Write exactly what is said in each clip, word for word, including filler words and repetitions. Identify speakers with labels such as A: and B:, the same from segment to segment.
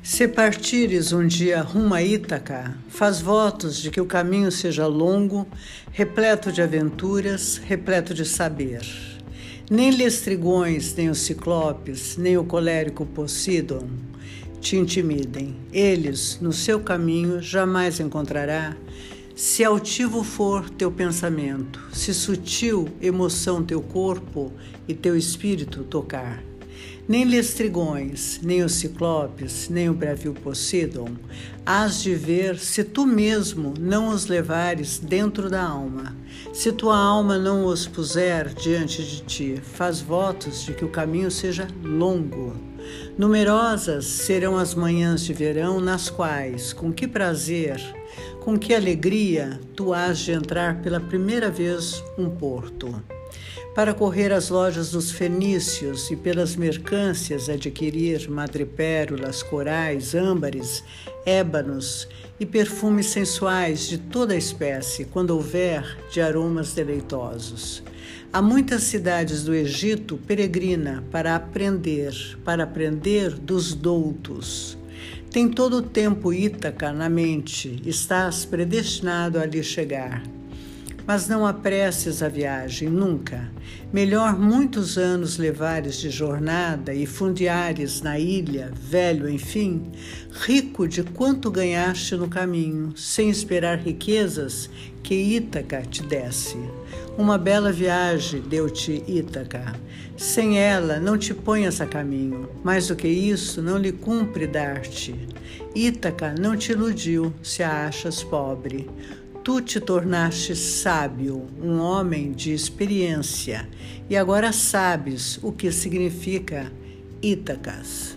A: Se partires um dia rumo a Ítaca, faz votos de que o caminho seja longo, repleto de aventuras, repleto de saber. Nem Lestrigões, nem os Ciclopes, nem o colérico Poseidon te intimidem. Eles, no seu caminho, jamais encontrará, se altivo for teu pensamento, se sutil emoção teu corpo e teu espírito tocar. Nem Lestrigões, nem os Ciclopes, nem o bravio Poseidon hás de ver se tu mesmo não os levares dentro da alma. Se tua alma não os puser diante de ti, faz votos de que o caminho seja longo. Numerosas serão as manhãs de verão nas quais, com que prazer, com que alegria, tu hás de entrar pela primeira vez um porto. Para correr às lojas dos fenícios e pelas mercâncias adquirir madrepérolas, corais, âmbares, ébanos e perfumes sensuais de toda a espécie, quando houver de aromas deleitosos. Há muitas cidades do Egito peregrina para aprender, para aprender dos doutos. Tem todo o tempo Ítaca na mente, estás predestinado a ali chegar. Mas não apresses a viagem, nunca. Melhor muitos anos levares de jornada e fundeares na ilha, velho, enfim, rico de quanto ganhaste no caminho, sem esperar riquezas que Ítaca te desse. Uma bela viagem deu-te Ítaca. Sem ela, não te ponhas a caminho. Mais do que isso, não lhe cumpre dar-te. Ítaca não te iludiu, se a achas pobre. Tu te tornaste sábio, um homem de experiência, e agora sabes o que significa Ítacas.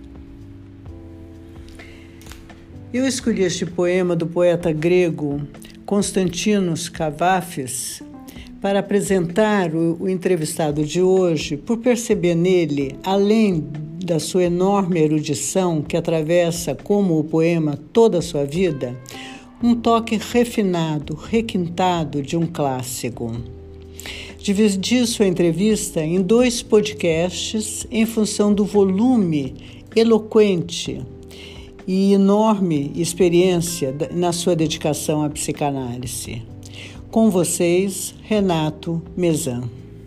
A: Eu escolhi este poema do poeta grego Constantinos Kavafis para apresentar o, o entrevistado de hoje, por perceber nele, além da sua enorme erudição que atravessa, como o poema, toda a sua vida, um toque refinado, requintado de um clássico. Dividi sua entrevista em dois podcasts em função do volume eloquente e enorme experiência na sua dedicação à psicanálise. Com vocês, Renato Mezan.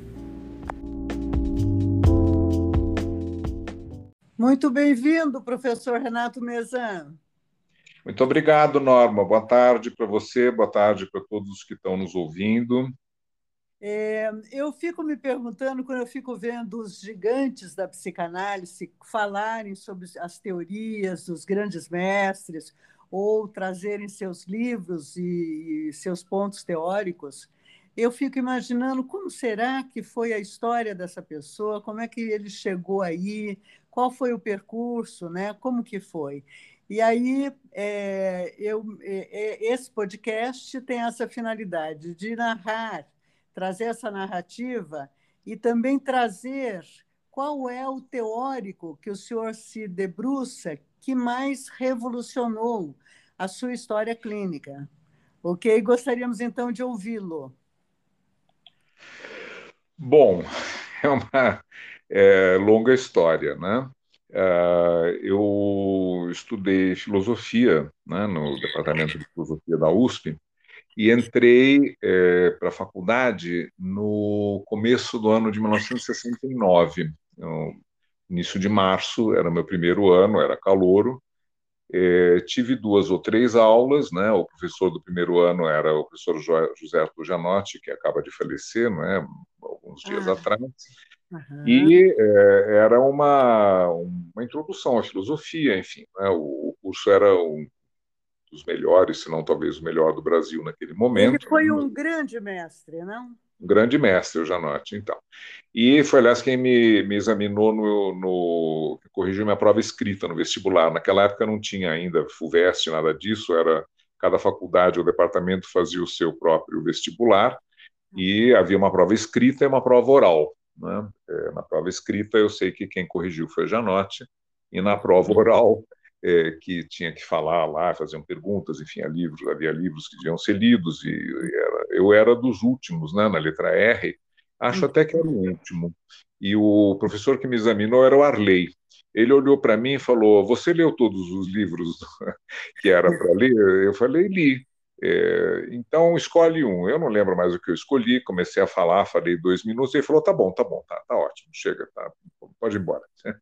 A: Muito bem-vindo, professor Renato Mezan.
B: Muito obrigado, Norma. Boa tarde para você, boa tarde para todos que estão nos ouvindo.
A: É, eu fico me perguntando, quando eu fico vendo os gigantes da psicanálise falarem sobre as teorias dos grandes mestres ou trazerem seus livros e, e seus pontos teóricos, eu fico imaginando como será que foi a história dessa pessoa, como é que ele chegou aí, qual foi o percurso, né? Como que foi. E aí, é, eu, é, esse podcast tem essa finalidade de narrar, trazer essa narrativa e também trazer qual é o teórico que o senhor se debruça que mais revolucionou a sua história clínica. Ok? Gostaríamos, então, de ouvi-lo.
B: Bom, é uma é, longa história, né? Uh, eu estudei filosofia, né, no departamento de filosofia da U S P e entrei é, para a faculdade no começo do ano de mil novecentos e sessenta e nove. No início de março, era meu primeiro ano, era calouro. É, tive duas ou três aulas, né? O professor do primeiro ano era o professor José Arthur Janotti, que acaba de falecer, né, alguns dias ah. atrás. Uhum. E é, era uma, uma introdução à filosofia, enfim. Né? O, o curso era um dos melhores, se não talvez o melhor do Brasil naquele momento.
A: Ele foi um grande mestre, não?
B: Um grande mestre, o Janotti, então. E foi, aliás, quem me, me examinou, no, no corrigiu minha prova escrita no vestibular. Naquela época não tinha ainda FUVEST, nada disso, era cada faculdade ou departamento fazia o seu próprio vestibular, e havia uma prova escrita e uma prova oral. Né? É, na prova escrita, eu sei que quem corrigiu foi Janotti, e na prova oral, é, que tinha que falar lá, faziam perguntas, enfim, havia livros, havia livros que deviam ser lidos, e era, eu era dos últimos, né, na letra R, acho até que era o último. E o professor que me examinou era o Arley. ele olhou para mim e falou: você leu todos os livros que era para ler? Eu falei: li. É, então escolhe um. Eu não lembro mais o que eu escolhi, comecei a falar, falei dois minutos, e ele falou: tá bom, tá bom, tá, tá ótimo, chega, tá, pode ir embora.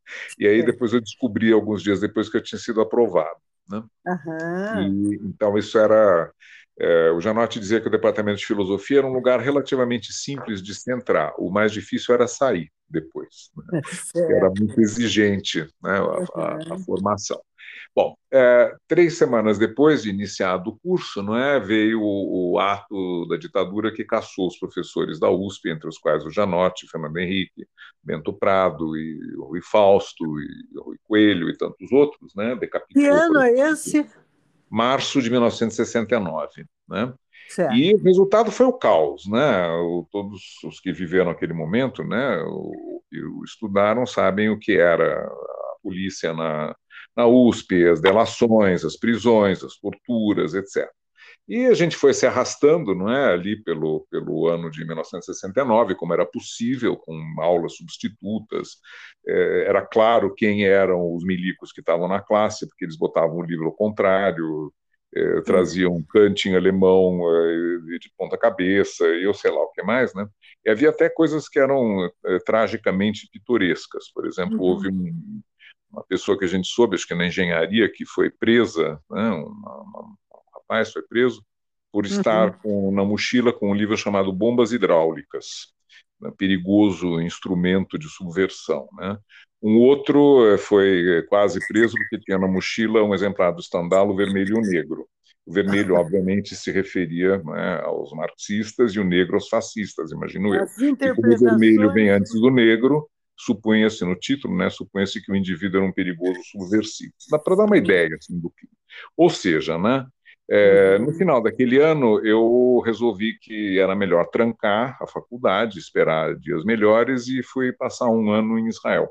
B: E aí
A: É.
B: depois eu descobri, alguns dias depois, que eu tinha sido aprovado, né?
A: Aham.
B: E, então, isso era. É, o Janotti dizia que o departamento de filosofia era um lugar relativamente simples de se entrar. O mais difícil era sair depois, né? Era
A: Certo.
B: muito exigente, né, a, a, a
A: Aham.
B: formação. Bom, é, três semanas depois de iniciado o curso, não é, veio o, o ato da ditadura que caçou os professores da U S P, entre os quais o Janotti, Fernando Henrique, Bento Prado, e o Rui Fausto, e o Rui Coelho e tantos outros, né,
A: Que
B: decapitou, por
A: ano é
B: exemplo,
A: esse?
B: março de mil novecentos e sessenta e nove, né? E o
A: Certo.
B: resultado foi o caos, né? O, todos os que viveram aquele momento, né, o, o estudaram, sabem o que era a polícia na, na U S P, as delações, as prisões, as torturas, etcétera. E a gente foi se arrastando, não é, ali pelo, pelo ano de mil novecentos e sessenta e nove, como era possível, com aulas substitutas. É, era claro quem eram os milicos que estavam na classe, porque eles botavam o livro ao contrário, é,
A: Sim.
B: traziam Kant em alemão é, de ponta cabeça, e eu sei lá o que mais, né? E havia até coisas que eram é, tragicamente pitorescas. Por exemplo, houve
A: Uhum.
B: um, uma pessoa que a gente soube, acho que na engenharia, que foi presa, né, uma, uma rapaz foi preso por estar
A: Uhum.
B: com, na mochila com um livro chamado Bombas Hidráulicas, né, perigoso instrumento de subversão, né? Um outro eh, foi eh, quase preso porque tinha na mochila um exemplar do Estandalo vermelho e o negro. O vermelho, obviamente, se referia, né, aos marxistas e o negro aos fascistas, imagino eu.
A: As
B: E como o vermelho vem
A: interpretações.
B: antes do negro, supunha-se no título, né, supunha-se que o indivíduo era um perigoso subversivo. Dá para dar uma ideia assim, do que. Ou seja, né, é, no
A: Uhum.
B: final daquele ano, eu resolvi que era melhor trancar a faculdade, esperar dias melhores, e fui passar um ano em Israel,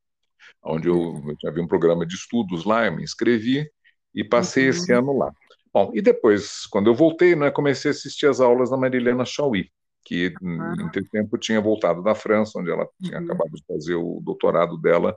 B: onde eu, eu havia um programa de estudos lá, eu me inscrevi e passei esse
A: Uhum.
B: ano lá. Bom, e depois, quando eu voltei, né, comecei a assistir as aulas da Marilena Chauí, que, em
A: Ah,
B: tempo, tinha voltado da França, onde ela tinha
A: uhum.
B: acabado de fazer o doutorado dela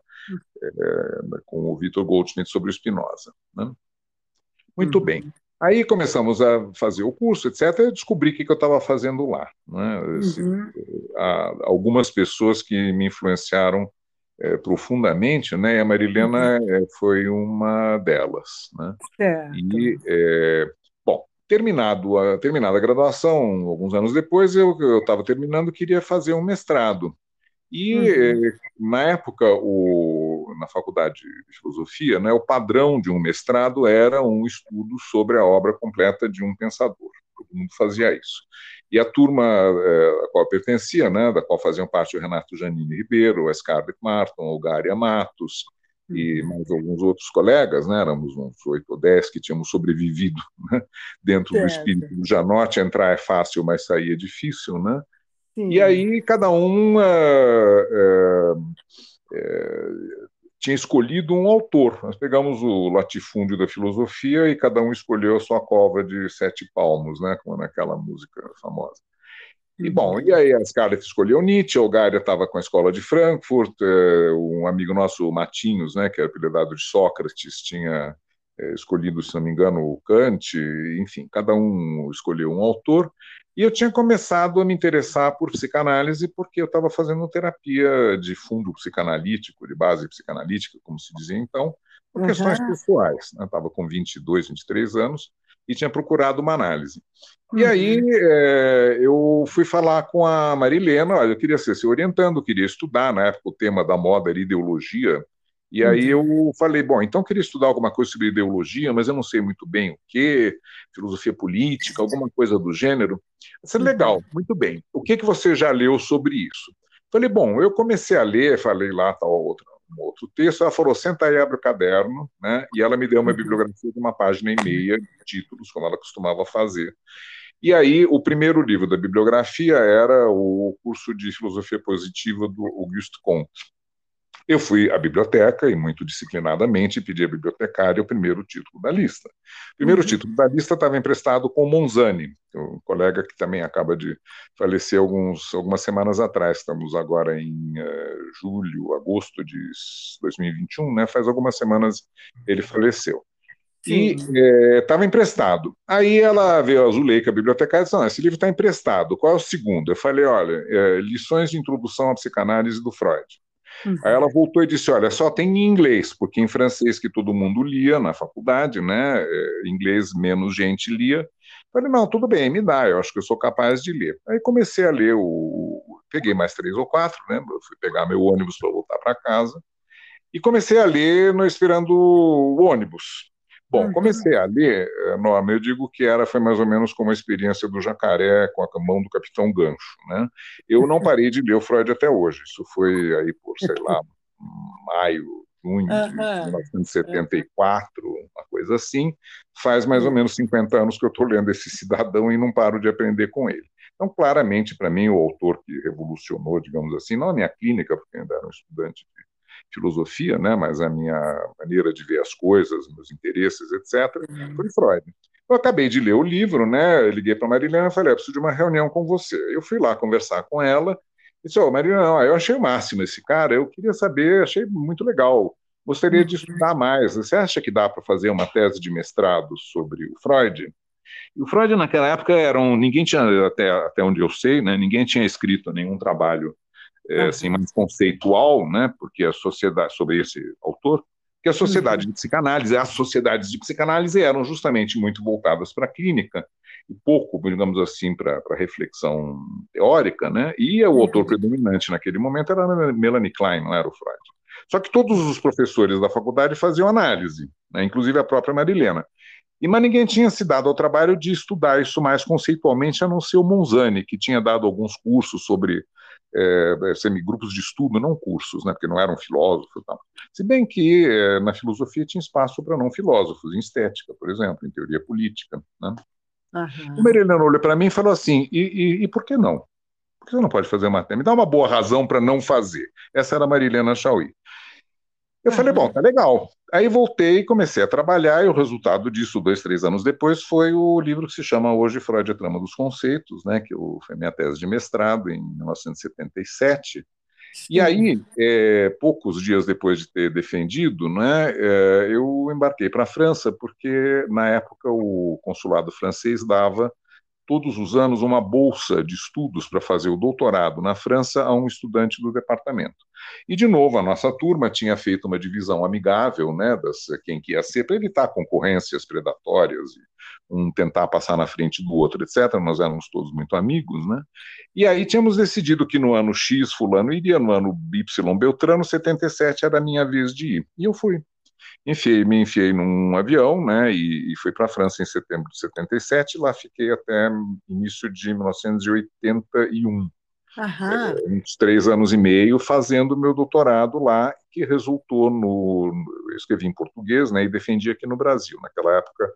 B: é, com o Victor Goldschmidt sobre o Spinoza, né? Muito bem.
A: Uhum.
B: Aí começamos a fazer o curso, etcétera. Eu descobri o que eu estava fazendo lá, né? Esse,
A: Uhum.
B: há algumas pessoas que me influenciaram é, profundamente, né? E a Marilena
A: Uhum.
B: é, foi uma delas, né?
A: Certo.
B: E, é, bom, terminado a, terminada a graduação, alguns anos depois, eu estava terminando, queria fazer um mestrado. E,
A: Uhum.
B: eh, na época, o, na faculdade de filosofia, né, o padrão de um mestrado era um estudo sobre a obra completa de um pensador. Todo mundo fazia isso. E a turma eh, a qual eu pertencia, né, da qual faziam parte o Renato Janine Ribeiro, a Scarlett Martin, o Gária Matos e
A: Uhum.
B: mais alguns outros colegas, né, éramos uns oito ou dez que tínhamos sobrevivido, né, dentro do
A: Certo.
B: espírito do Janotti. Entrar é fácil, mas sair é difícil, né? E
A: Sim.
B: aí cada um é, é, tinha escolhido um autor. Nós pegamos o latifúndio da filosofia e cada um escolheu a sua cova de sete palmos, né, como naquela música famosa. E bom, e
A: Uhum.
B: aí a Scarlett escolheu Nietzsche, o Gária estava com a escola de Frankfurt, é, um amigo nosso, Matinhos, né, que era apelidado de Sócrates, tinha é, escolhido, se não me engano, o Kant, enfim, cada um escolheu um autor. E eu tinha começado a me interessar por psicanálise porque eu estava fazendo terapia de fundo psicanalítico, de base psicanalítica, como se dizia então, por questões
A: Aham.
B: pessoais, né? Estava com vinte e dois, vinte e três anos e tinha procurado uma análise. E aí
A: Uhum.
B: é, eu fui falar com a Marilena, olha, eu queria ser se orientando, queria estudar, na época o tema da moda era ideologia, e aí
A: Uhum.
B: eu falei, bom, então eu queria estudar alguma coisa sobre ideologia, mas eu não sei muito bem o quê, filosofia política, alguma coisa do gênero. Eu falei,
A: Uhum.
B: legal, muito bem. O que, que você já leu sobre isso? Falei, bom, eu comecei a ler, falei lá tal outro, um outro texto, ela falou, senta aí, abre o caderno, né? E ela me deu uma
A: Uhum.
B: bibliografia de uma página e meia de títulos, como ela costumava fazer. E aí, o primeiro livro da bibliografia era o curso de filosofia positiva do Auguste Comte. Eu fui à biblioteca e, muito disciplinadamente, pedi à bibliotecária o primeiro título da lista. O primeiro
A: Uhum.
B: título da lista estava emprestado com Monzani, um colega que também acaba de falecer alguns, algumas semanas atrás. Estamos agora em uh, julho, agosto de dois mil e vinte e um, né? Faz algumas semanas ele faleceu. E
A: Sim.
B: estava é, emprestado. Aí ela veio a Zuleika, a bibliotecária, e disse: não, esse livro está emprestado, qual é o segundo? Eu falei: olha, é, Lições de Introdução à Psicanálise do Freud. Aí
A: Uhum.
B: ela voltou e disse: olha, só tem em inglês, porque em francês que todo mundo lia na faculdade, né? É, inglês menos gente lia. Eu falei: não, tudo bem, me dá, eu acho que eu sou capaz de ler. Aí comecei a ler, o... peguei mais três ou quatro, né? Eu fui pegar meu ônibus para voltar para casa, e comecei a ler no, esperando o ônibus. Bom,
A: Uhum.
B: comecei a ler, Norma, eu digo que era, foi mais ou menos como a experiência do jacaré com a mão do Capitão Gancho, né? Eu não parei de ler o Freud até hoje, isso foi aí por, sei lá, maio, junho de
A: Aham.
B: mil novecentos e setenta e quatro, uma coisa assim, faz mais ou menos cinquenta anos que eu estou lendo esse cidadão e não paro de aprender com ele. Então, claramente, para mim, o autor que revolucionou, digamos assim, não a minha clínica, porque ainda era um estudante de filosofia, né, mas a minha maneira de ver as coisas, meus interesses, etcétera, foi Freud. Eu acabei de ler o livro, né, liguei para a Marilena e falei: eu preciso de uma reunião com você. Eu fui lá conversar com ela e disse: ô, Marilena, eu achei o máximo esse cara, eu queria saber, achei muito legal, gostaria de
A: Uhum.
B: estudar mais. Você acha que dá para fazer uma tese de mestrado sobre o Freud? E o Freud, naquela época, era um, ninguém tinha, até, até onde eu sei, né, ninguém tinha escrito nenhum trabalho é, assim,
A: Aham.
B: mais conceitual, né, porque a sociedade, sobre esse autor, que a sociedade
A: Uhum.
B: de psicanálise, as sociedades de psicanálise eram justamente muito voltadas para a clínica e pouco, digamos assim, para a reflexão teórica, né, e o autor
A: Uhum.
B: predominante naquele momento era a Melanie Klein, não era o Freud. Só que todos os professores da faculdade faziam análise, né, inclusive a própria Marilena. E, mas ninguém tinha se dado ao trabalho de estudar isso mais conceitualmente, a não ser o Monzani, que tinha dado alguns cursos sobre é, grupos de estudo, não cursos, né, porque não era um filósofo. Tal. Se bem que é, na filosofia tinha espaço para não filósofos, em estética, por exemplo, em teoria política. Né? O
A: Aham.
B: Meirelles olhou para mim e falou assim: e, e, e por que não? Por que você não pode fazer matéria? Me dá uma boa razão para não fazer. Essa era a Marilena Chauí. Eu falei: bom,
A: Aham.
B: tá legal. Aí voltei e comecei a trabalhar, e o resultado disso, dois, três anos depois, foi o livro que se chama hoje Freud, a Trama dos Conceitos, né, que foi minha tese de mestrado em mil novecentos e setenta e sete. E
A: Sim.
B: aí, é, poucos dias depois de ter defendido, né, é, eu embarquei para a França, porque na época o consulado francês dava todos os anos uma bolsa de estudos para fazer o doutorado na França a um estudante do departamento. E, de novo, a nossa turma tinha feito uma divisão amigável, né, das, quem que ia ser, para evitar concorrências predatórias, um tentar passar na frente do outro, etcétera. Nós éramos todos muito amigos, né? E aí tínhamos decidido que no ano X fulano iria, no ano Y Beltrano, setenta e sete era a minha vez de ir. E eu fui. Enfiei, me enfiei num avião, né, e, e fui para a França em setembro de setenta e sete, lá fiquei até início de mil novecentos e oitenta e um,
A: Aham.
B: uns três anos e meio, fazendo meu doutorado lá, que resultou no... Eu escrevi em português, né, e defendi aqui no Brasil. Naquela época,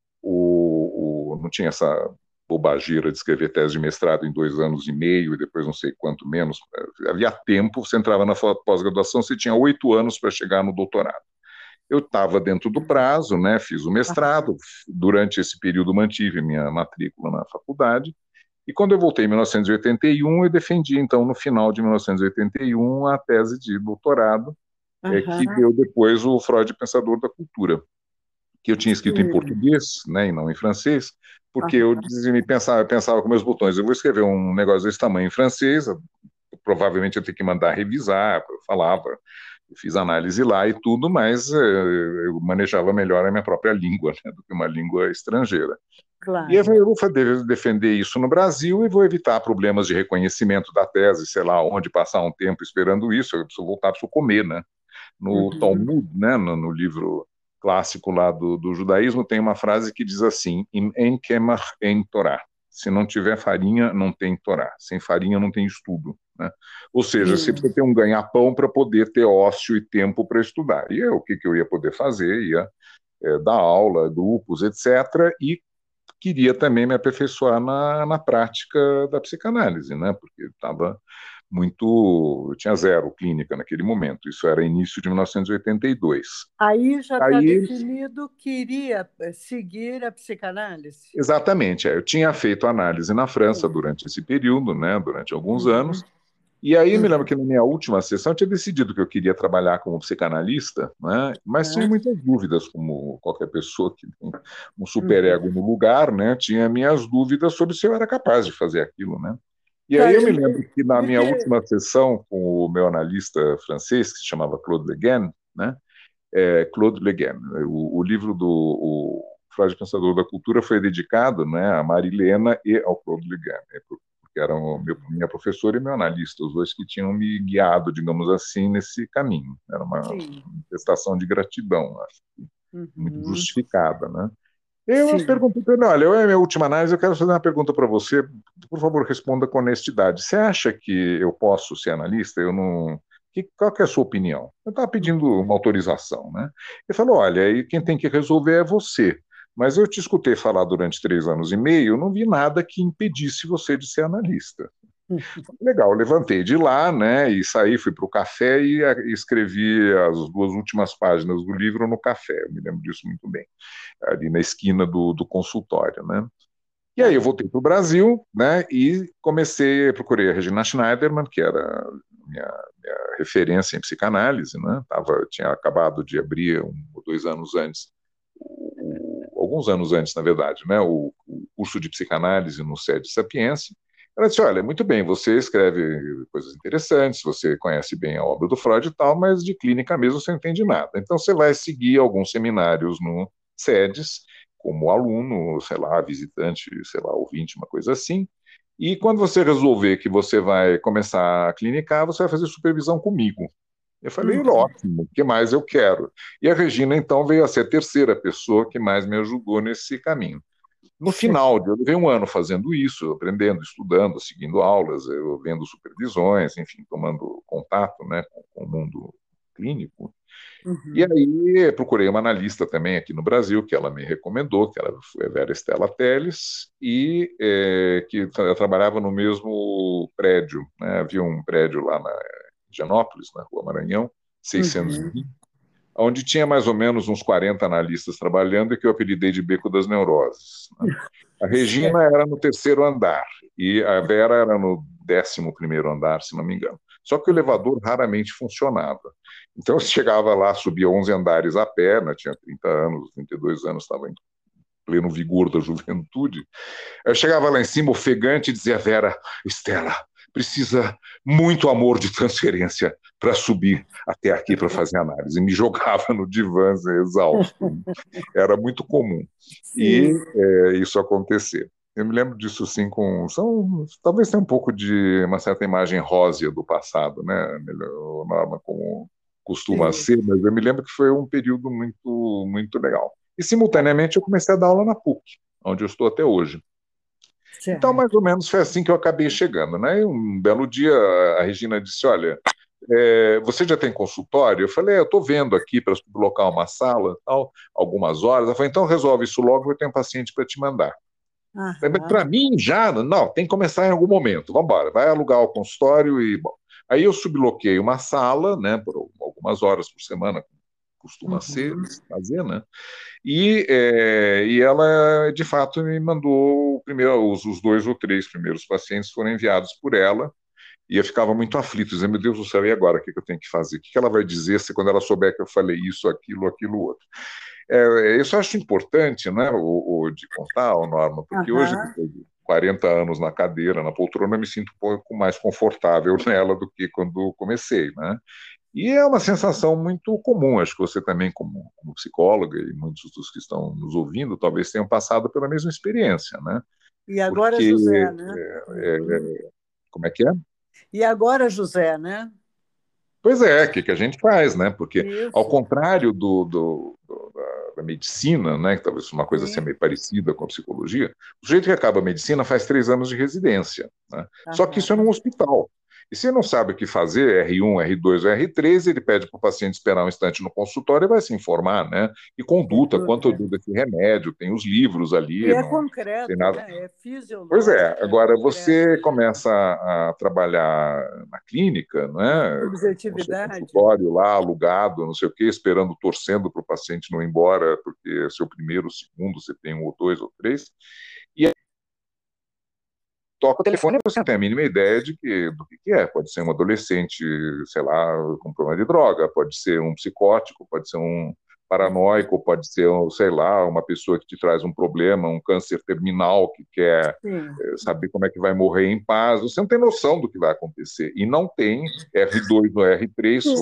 B: o, o, não tinha essa bobageira de escrever tese de mestrado em dois anos e meio, e depois não sei quanto menos. Havia tempo, você entrava na pós-graduação, você tinha oito anos para chegar no doutorado. Eu estava dentro do prazo, né, fiz o mestrado, durante esse período mantive minha matrícula na faculdade, e quando eu voltei em mil novecentos e oitenta e um, eu defendi, então, no final de mil novecentos e oitenta e um, a tese de doutorado, é, que
A: Aham.
B: deu depois o Freud Pensador da Cultura, que eu tinha escrito em
A: Sim.
B: português, né, e não em francês, porque eu
A: Aham.
B: dizia, me pensava, eu pensava com meus botões: eu vou escrever um negócio desse tamanho em francês, provavelmente eu tenho que mandar revisar, eu falava, eu fiz análise lá e tudo, mas eh, eu manejava melhor a minha própria língua, né, do que uma língua estrangeira. E eu
A: Claro.
B: vou defender isso no Brasil e vou evitar problemas de reconhecimento da tese, sei lá, onde passar um tempo esperando isso, eu preciso voltar, preciso comer, né? No
A: Uhum.
B: Talmud, né, no, no livro clássico lá do, do judaísmo, tem uma frase que diz assim: Im en kemach en Torá. Se não tiver farinha, não tem Torá. Sem farinha, não tem estudo. Né? Ou seja, você
A: Sim.
B: precisa ter um ganha-pão para poder ter ócio e tempo para estudar. E eu, o que, que eu ia poder fazer? Ia é, dar aula, grupos, etcétera. E queria também me aperfeiçoar na, na prática da psicanálise, né? Porque estava muito, eu tinha zero clínica naquele momento, isso era início de mil novecentos e oitenta e dois.
A: Aí já está
B: Aí,
A: definido que iria eh, seguir a psicanálise.
B: exatamente, é, eu tinha feito análise na França
A: Sim.
B: durante esse período, né, durante alguns
A: Uhum,
B: anos, e aí me lembro
A: uhum,
B: que na minha última sessão eu tinha decidido que eu queria trabalhar como psicanalista, né? Mas tinha
A: né?
B: muitas dúvidas, como qualquer pessoa que tem um
A: Uhum.
B: superego no lugar, né? Tinha minhas dúvidas sobre se eu era capaz de fazer aquilo, né? E aí
A: Tá,
B: eu me
A: e
B: lembro
A: me,
B: que na
A: me
B: minha
A: dê-
B: última sessão com o meu analista francês, que se chamava Claude Leguin, né? É, Claude Leguin, o, o livro do o Freud Pensador da Cultura foi dedicado, né, a Marilena e ao Claude Leguin, né, que eram meu, minha professora e meu analista, os dois que tinham me guiado, digamos assim, nesse caminho. Era uma
A: sim.
B: manifestação de gratidão, acho, muito
A: Uhum,
B: justificada, né? Eu
A: sim.
B: perguntei para ele, olha, eu é a minha última análise, eu quero fazer uma pergunta para você, por favor, responda com honestidade. Você acha que eu posso ser analista? Eu não... Que, qual que é a sua opinião? Eu estava pedindo uma autorização, né? Ele falou, olha, aí quem tem que resolver é você. Mas eu te escutei falar durante três anos e meio, eu não vi nada que impedisse você de ser analista. Legal, eu levantei de lá, né, e saí, fui para o café e, a, e escrevi as duas últimas páginas do livro no café, eu me lembro disso muito bem, ali na esquina do, do consultório, né. E aí eu
A: Tá.
B: voltei para o Brasil, né, e comecei, procurei a Regina Schneiderman, que era minha, minha referência em psicanálise, né, tava, tinha acabado de abrir um ou dois anos antes, o, o, alguns anos antes, na verdade, né, o, o curso de psicanálise no SEDE Sapienza. Ela disse, olha, muito bem, você escreve coisas interessantes, você conhece bem a obra do Freud e tal, mas de clínica mesmo você não entende nada. Então você vai seguir alguns seminários no SEDES, como aluno, sei lá, visitante, sei lá, ouvinte, uma coisa assim. E quando você resolver que você vai começar a clinicar, você vai fazer supervisão comigo. Eu falei,
A: Uhum,
B: ótimo, o que mais eu quero? E a Regina, então, veio a ser a terceira pessoa que mais me ajudou nesse caminho. No
A: sim.
B: final, eu levei um ano fazendo isso, aprendendo, estudando, seguindo aulas, eu vendo supervisões, enfim, tomando contato, né, com, com o mundo clínico. E
A: Uhum,
B: aí procurei uma analista também aqui no Brasil, que ela me recomendou, que ela foi a Vera Estela Teles, e é, que eu trabalhava no mesmo prédio, né? Havia um prédio lá na Higienópolis, na Rua Maranhão, seiscentos e vinte,
A: uhum.
B: onde tinha mais ou menos uns quarenta analistas trabalhando e que eu apelidei de Beco das Neuroses, né? A Regina
A: Certo.
B: era no terceiro andar e a Vera era no décimo primeiro andar, se não me engano. Só que o elevador raramente funcionava. Então eu chegava lá, subia onze andares a pé, né, tinha trinta anos, trinta e dois anos, estava em pleno vigor da juventude. Eu chegava lá em cima, ofegante, e dizia, Vera, Estela, precisa muito amor de transferência para subir até aqui para fazer análise. E me jogava no divã, exausto. Era muito comum.
A: Sim.
B: E é, isso acontecer. Eu me lembro disso assim com. São, talvez tenha um pouco de uma certa imagem rósea do passado, né? Melhor, Norma, como costuma
A: Sim.
B: ser, mas eu me lembro que foi um período muito, muito legal. E,
A: Tá.
B: simultaneamente, eu comecei a dar aula na PUC, onde eu estou até hoje. Então, mais
A: Certo.
B: ou menos, foi assim que eu acabei chegando, né? E um belo dia, a Regina disse, olha, é, você já tem consultório? Eu falei, é, eu estou vendo aqui para sublocar uma sala, tal, algumas horas. Ela falou, então resolve isso logo, eu tenho um paciente para te mandar. Para
A: Aham.
B: mim, já, não, tem que começar em algum momento. Vamos embora, vai alugar o consultório e, bom. Aí eu subloquei uma sala, né, por algumas horas por semana, costuma ser,
A: Uhum.
B: fazer, né? E, é, e ela, de fato, me mandou o primeiro, os, os dois ou três primeiros pacientes foram enviados por ela, e eu ficava muito aflito, dizendo, meu Deus do céu, e agora? O que, que eu tenho que fazer? O que, que ela vai dizer se quando ela souber que eu falei isso, aquilo, aquilo, outro? É, isso eu acho importante, né, o, o de contar, o Norma, porque hoje,
A: Aham.
B: depois de quarenta anos na cadeira, na poltrona, eu me sinto um pouco mais confortável nela do que quando comecei, né? E é uma sensação muito comum, acho que você também, como, como psicóloga, e muitos dos que estão nos ouvindo, talvez tenham passado pela mesma experiência, né?
A: E agora,
B: Porque,
A: José, né?
B: é,
A: Uhum.
B: como é que é?
A: E agora, José, né?
B: Pois é, o que, que a gente faz, né? Porque, ao
A: Isso.
B: contrário do, do, do da, da medicina, né, que talvez uma coisa seja
A: Sim.
B: meio parecida com a psicologia, o jeito que acaba a medicina faz três anos de residência, né? Só que isso é num
A: Aham.
B: hospital. E se não sabe o que fazer, R um, R dois ou R três, ele pede para o paciente esperar um instante no consultório e vai se informar, né? E
A: sem
B: conduta, quanto
A: dúvida.
B: dura esse remédio, tem os livros
A: E
B: ali,
A: é
B: não tem
A: concreto,
B: nada.
A: né? É
B: Pois é,
A: fisiológico, é
B: agora
A: concreto.
B: você começa a, a trabalhar na clínica, né, no seu
A: Subjetividade.
B: consultório lá, alugado, não sei o quê, esperando, torcendo para o paciente não ir embora, porque é seu primeiro, segundo, você tem um ou dois ou três, e aí toca o telefone e você não tem a mínima ideia de que, do que, que é. Pode ser um adolescente, sei lá, com problema de droga, pode ser um psicótico, pode ser um paranoico, pode ser, um, sei lá, uma pessoa que te traz um problema, um câncer terminal que quer
A: Sim.
B: eh, saber como é que vai morrer em paz. Você não tem noção do que vai acontecer. E não tem R dois ou R três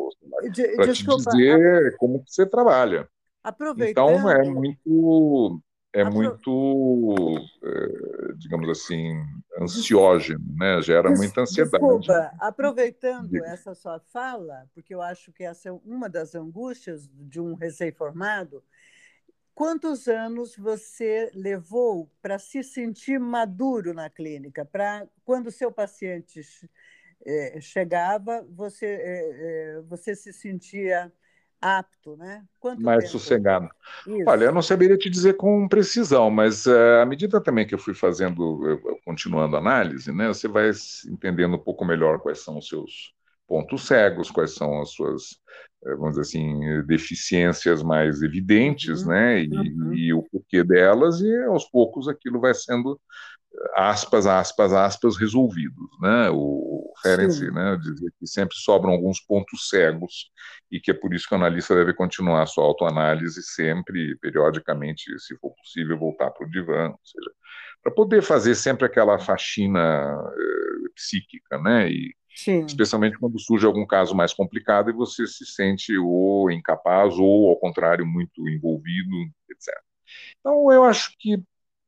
A: De-
B: para te
A: Desculpa, a-
B: dizer como que você trabalha. Então é
A: aproveitando,
B: muito é
A: apro-
B: muito eh, digamos assim ansiógeno, né? Gera
A: des-
B: muita ansiedade.
A: desculpa, aproveitando
B: Diga.
A: essa sua fala, porque eu acho que essa é uma das angústias de um recém-formado, quantos anos você levou para se sentir maduro na clínica? Para quando o seu paciente eh, chegava, você, eh, eh, você se sentia apto, né? Quanto
B: Mais
A: tempo?
B: sossegado. Olha, eu
A: Isso.
B: não saberia te dizer com precisão, mas eh, à medida também que eu fui fazendo, eu- eu continuando a análise, né, você vai se entendendo um pouco melhor quais são os seus pontos cegos, quais são as suas, eh, vamos dizer assim, eh, deficiências mais evidentes,
A: Uhum,
B: né, e,
A: uhum.
B: e o porquê delas, e aos poucos aquilo vai sendo aspas, aspas, aspas, resolvidos, né? O Ferenczi,
A: Sim,
B: né, dizia que sempre sobram alguns pontos cegos e que é por isso que o analista deve continuar a sua autoanálise sempre, periodicamente, se for possível, voltar para o divã, ou seja, para poder fazer sempre aquela faxina eh, psíquica, né? E
A: sim.
B: especialmente quando surge algum caso mais complicado e você se sente ou incapaz ou, ao contrário, muito envolvido, etcétera. Então, eu acho que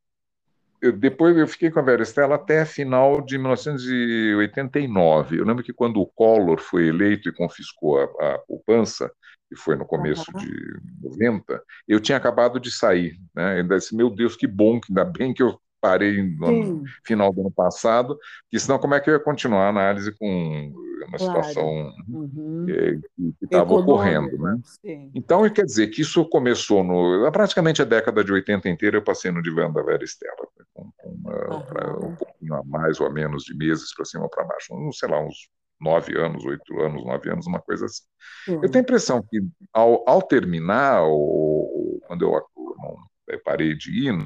B: eu, depois eu fiquei com a Vera Estela até final de mil novecentos e oitenta e nove. Eu lembro que quando o Collor foi eleito e confiscou a, a poupança, que foi no começo de
A: Aham.
B: noventa, eu tinha acabado de sair. Né? Ainda disse, meu Deus, que bom, que ainda bem que eu parei no ano-
A: Sim,
B: final do ano passado, que senão como é que eu ia continuar a análise com uma
A: claro.
B: situação
A: Uhum.
B: eh, que estava ocorrendo, né?
A: Econômica, sim.
B: Então, quer dizer que isso começou no. Praticamente a década de oitenta inteira eu passei no divã da Vera Estela, né, com, com uma, um
A: Aham.
B: pouquinho a mais ou a menos de meses para cima ou para baixo. Uns, sei lá, uns nove anos, oito anos, nove anos, uma coisa assim. Eu tenho a
A: Sim.
B: impressão que ao, ao terminar, ou, quando eu, eu não, eu parei de ir,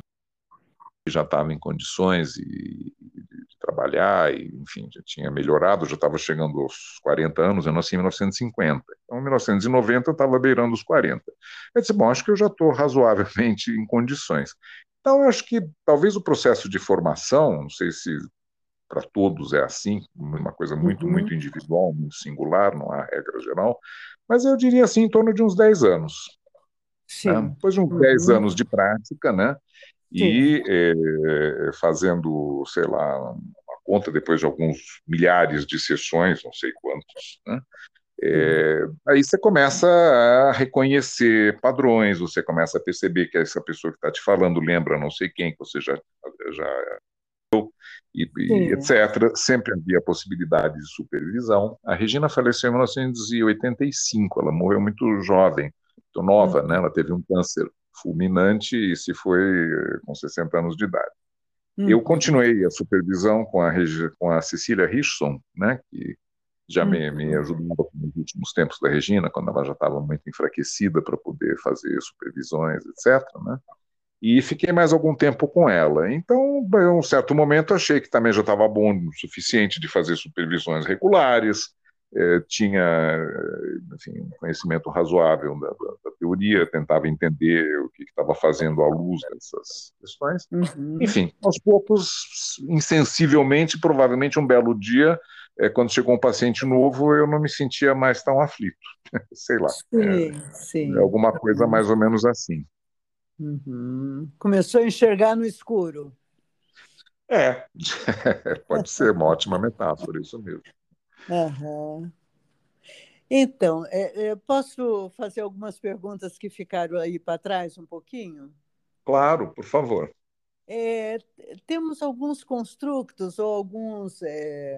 B: já estava em condições de, de trabalhar, e, enfim, já tinha melhorado, já estava chegando aos quarenta anos, eu nasci em mil novecentos e cinquenta. Então, em mil novecentos e noventa, eu estava beirando os quarenta. Eu disse, bom, acho que eu já estou razoavelmente em condições. Então, eu acho que talvez o processo de formação, não sei se para todos é assim, uma coisa muito,
A: Uhum.
B: muito individual, muito singular, não há regra geral, mas eu diria assim, em torno de uns dez anos. Né?
A: Sim.
B: Depois de uns dez
A: Uhum.
B: anos de prática, né?
A: Sim.
B: E eh, fazendo, sei lá, uma conta depois de alguns milhares de sessões, não sei quantos, né?
A: Sim.
B: É, aí você começa a reconhecer padrões, você começa a perceber que essa pessoa que está te falando lembra não sei quem, que você já, já e, e
A: Sim.
B: etcétera. Sempre havia a possibilidade de supervisão. A Regina faleceu em mil novecentos e oitenta e cinco, ela morreu muito jovem, muito nova, né? Ela teve um câncer fulminante e se foi eh, com sessenta anos de idade. Eu
A: Uhum.
B: continuei a supervisão com a, com a Cecília Richson, né, que já me, me
A: Uhum.
B: ajudava nos últimos tempos da Regina, quando ela já estava muito enfraquecida para poder fazer supervisões, etcétera, né? E fiquei mais algum tempo com ela. Então, em um certo momento, achei que também já estava bom o suficiente de fazer supervisões regulares, eh, tinha, eh, enfim, um conhecimento razoável da, da, da teoria, tentava entender o que estava fazendo à luz dessas questões.
A: Uhum.
B: Enfim, aos poucos, insensivelmente, provavelmente um belo dia, eh, quando chegou um paciente novo, eu não me sentia mais tão aflito. Sei lá, é,
A: Sim,
B: é
A: sim.
B: alguma coisa mais ou menos assim.
A: Uhum. Começou a enxergar no escuro.
B: É, pode ser uma ótima metáfora, isso mesmo.
A: Aham. Então, é, é, posso fazer algumas perguntas que ficaram aí para trás um pouquinho?
B: Claro, por favor.
A: É, temos alguns construtos ou alguns, é,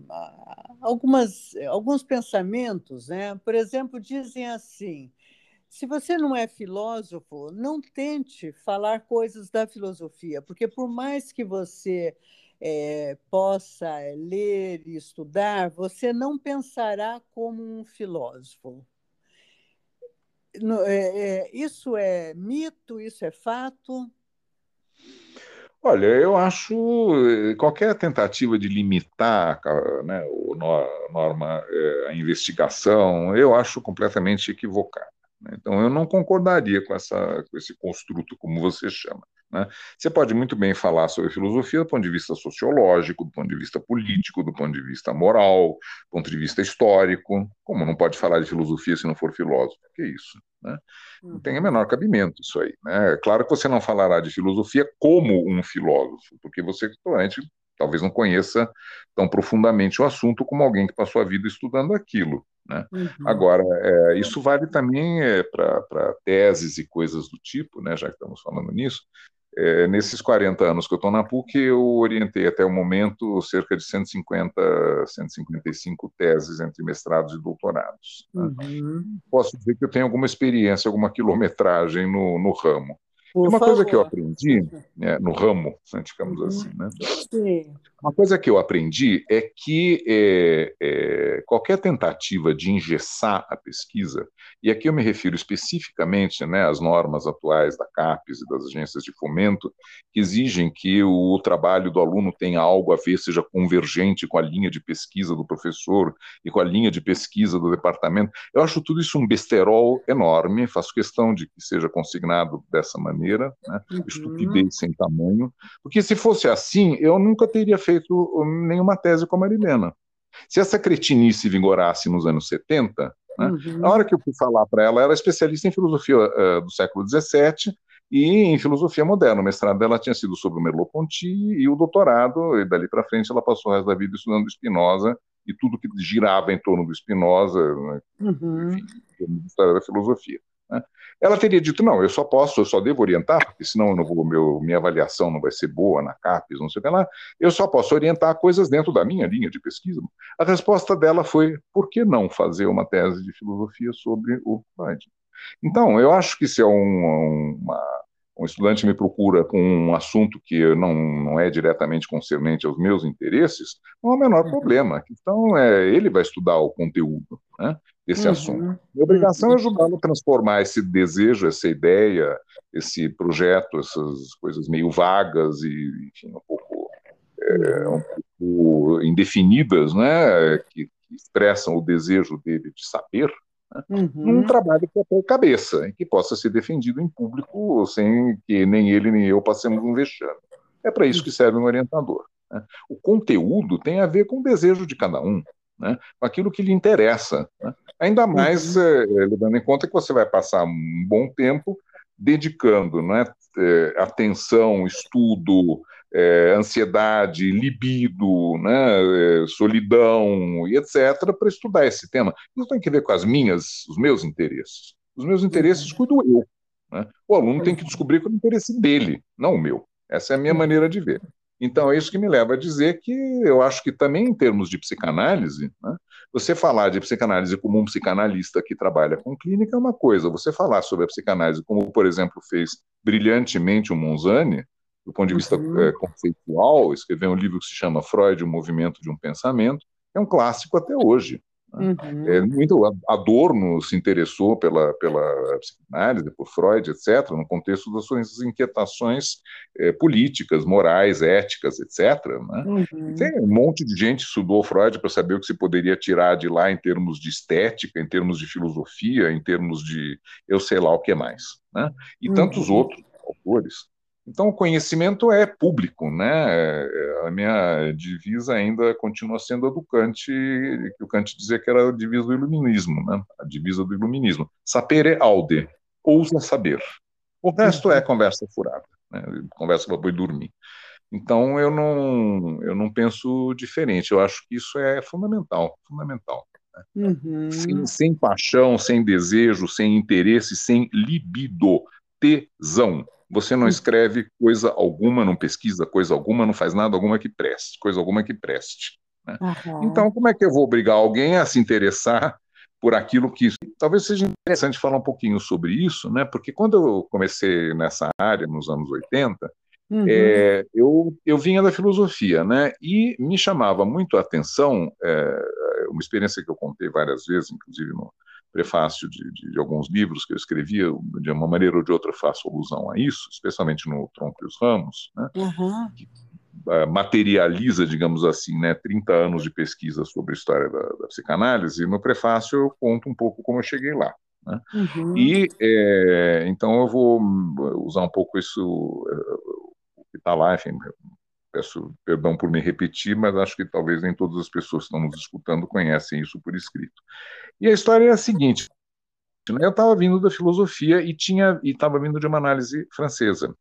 A: algumas, alguns pensamentos, né? Por exemplo, dizem assim: se você não é filósofo, não tente falar coisas da filosofia, porque por mais que você é, possa ler e estudar, você não pensará como um filósofo. No- é, é, isso é mito, isso é fato?
B: Olha, eu acho eh, qualquer tentativa de limitar, ca- né, o no- norma, eh, a investigação, eu acho completamente equivocada, né? Então, eu não concordaria com essa, com esse construto, como você chama, né? Você pode muito bem falar sobre filosofia do ponto de vista sociológico, do ponto de vista político, do ponto de vista moral, do ponto de vista histórico. Como não pode falar de filosofia se não for filósofo? Que isso, né? Não tem o
A: Uhum,
B: menor cabimento isso aí, né? É claro que você não falará de filosofia como um filósofo, porque você provavelmente talvez não conheça tão profundamente o assunto como alguém que passou a vida estudando aquilo, né?
A: uhum,
B: Agora, é, isso vale também é, para teses e coisas do tipo, né? Já que estamos falando nisso. É, nesses quarenta anos que eu estou na PUC, eu orientei até o momento cerca de cento e cinquenta, cento e cinquenta e cinco teses entre mestrados e doutorados, né?
A: uhum.
B: Posso dizer que eu tenho alguma experiência, alguma quilometragem no, no ramo. E
A: Por
B: uma coisa que eu
A: favor.
B: aprendi, né, no ramo, né, digamos
A: Uhum.
B: assim, né?
A: Sim.
B: Uma coisa que eu aprendi é que é, é, qualquer tentativa de engessar a pesquisa, e aqui eu me refiro especificamente, né, às normas atuais da CAPES e das agências de fomento, que exigem que o trabalho do aluno tenha algo a ver, seja convergente com a linha de pesquisa do professor e com a linha de pesquisa do departamento. Eu acho tudo isso um besterol enorme, faço questão de que seja consignado dessa maneira, né,
A: Uhum.
B: estupidez sem tamanho, porque se fosse assim, eu nunca teria feito nenhuma tese com a Marilena. Se essa cretinice vigorasse nos anos setenta, né, a hora
A: Uhum.
B: que eu fui falar para ela, ela era especialista em filosofia uh, do século dezessete e em filosofia moderna. O mestrado dela tinha sido sobre o Merleau-Ponty e o doutorado, e dali para frente ela passou o resto da vida estudando Spinoza e tudo que girava em torno do Spinoza, né,
A: Uhum.
B: enfim, em torno da história da filosofia, né? Ela teria dito, não, eu só posso, eu só devo orientar, porque senão eu não vou, meu, minha avaliação não vai ser boa na CAPES, não sei o que lá, eu só posso orientar coisas dentro da minha linha de pesquisa. A resposta dela foi, por que não fazer uma tese de filosofia sobre o Freud? Então, eu acho que se é um, uma, um estudante me procura com um assunto que não, não é diretamente concernente aos meus interesses, não há o menor problema. Então, é, ele vai estudar o conteúdo, né, desse assunto.
A: Uhum.
B: Minha obrigação é
A: Uhum.
B: ajudá-lo a transformar esse desejo, essa ideia, esse projeto, essas coisas meio vagas e, enfim, um pouco, é, um
A: Uhum.
B: pouco indefinidas, né, que, que expressam o desejo dele de saber, né, num
A: Uhum.
B: trabalho que é por cabeça, e que possa ser defendido em público sem que nem ele nem eu passemos um vexame. É para isso que serve um orientador, né? O conteúdo tem a ver com o desejo de cada um, né, com aquilo que lhe interessa, né? Ainda mais
A: Uhum.
B: é, levando em conta que você vai passar um bom tempo dedicando, né, é, atenção, estudo, é, ansiedade, libido, né, é, solidão e etcétera, para estudar esse tema. Isso tem que ver com as minhas, os meus interesses. Os meus interesses
A: Uhum.
B: cuido eu, né? O aluno tem que descobrir qual é o interesse dele, não o meu. Essa é a minha maneira de ver. Então, é isso que me leva a dizer que eu acho que também, em termos de psicanálise, né, você falar de psicanálise como um psicanalista que trabalha com clínica é uma coisa. Você falar sobre a psicanálise, como, por exemplo, fez brilhantemente o Monzani, do ponto de vista é,
A: Uhum.
B: conceitual, escreveu um livro que se chama Freud, o Movimento de um Pensamento, é um clássico até hoje, né? É,
A: Uhum.
B: muito Adorno se interessou pela, pela psicanálise, por Freud, etcétera, no contexto das suas inquietações é, políticas, morais, éticas, etcétera, né? E
A: Uhum.
B: tem um monte de gente que estudou Freud para saber o que se poderia tirar de lá em termos de estética, em termos de filosofia, em termos de eu sei lá o que mais, né? E tantos
A: Uhum.
B: outros autores. Então, o conhecimento é público, né? A minha divisa ainda continua sendo a do Kant, que o Kant dizia que era a divisa do iluminismo, né? A divisa do iluminismo. Sapere aude, ousa saber. O resto é
A: Uhum.
B: conversa furada, né? Conversa para boi dormir. Então, eu não, eu não penso diferente. Eu acho que isso é fundamental, fundamental. Sem,
A: Uhum.
B: sem paixão, sem desejo, sem interesse, sem libido, tesão. você não escreve coisa alguma, não pesquisa coisa alguma, não faz nada alguma que preste, coisa alguma que preste, né?
A: Aham.
B: Então, como é que eu vou obrigar alguém a se interessar por aquilo que... Talvez seja interessante falar um pouquinho sobre isso, né? Porque quando eu comecei nessa área, nos anos oitenta,
A: Uhum.
B: é, eu, eu vinha da filosofia, né? E me chamava muito a atenção, é, uma experiência que eu contei várias vezes, inclusive no prefácio de, de, de alguns livros que eu escrevia, de uma maneira ou de outra eu faço alusão a isso, especialmente no Tronco e os Ramos, né?
A: Aham.
B: Que uh, materializa, digamos assim, né, trinta anos de pesquisa sobre a história da, da psicanálise, e no prefácio eu conto um pouco como eu cheguei lá, né?
A: Uhum.
B: E é, então eu vou usar um pouco isso, o que está lá, enfim, peço perdão por me repetir, mas acho que talvez nem todas as pessoas que estão nos escutando conhecem isso por escrito. E a história é a seguinte, né? Eu estava vindo da filosofia e tinha e estava vindo de uma análise francesa.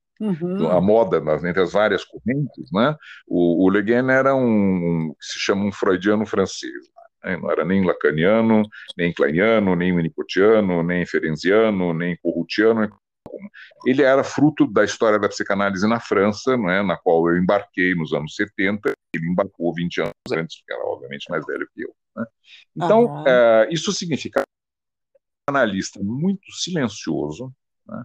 B: A
A: Uhum.
B: moda, nas, entre as várias correntes, né? O, o Le Guin era um, um que se chama um freudiano francês, né? Não era nem lacaniano, nem kleiniano, nem winnicottiano, nem ferenciano, nem corrutiano. Ele era fruto da história da psicanálise na França, né, na qual eu embarquei nos anos setenta. Ele embarcou vinte anos antes, porque era obviamente mais velho que eu, né? Então,
A: Aham.
B: é, isso significa um analista muito silencioso, né,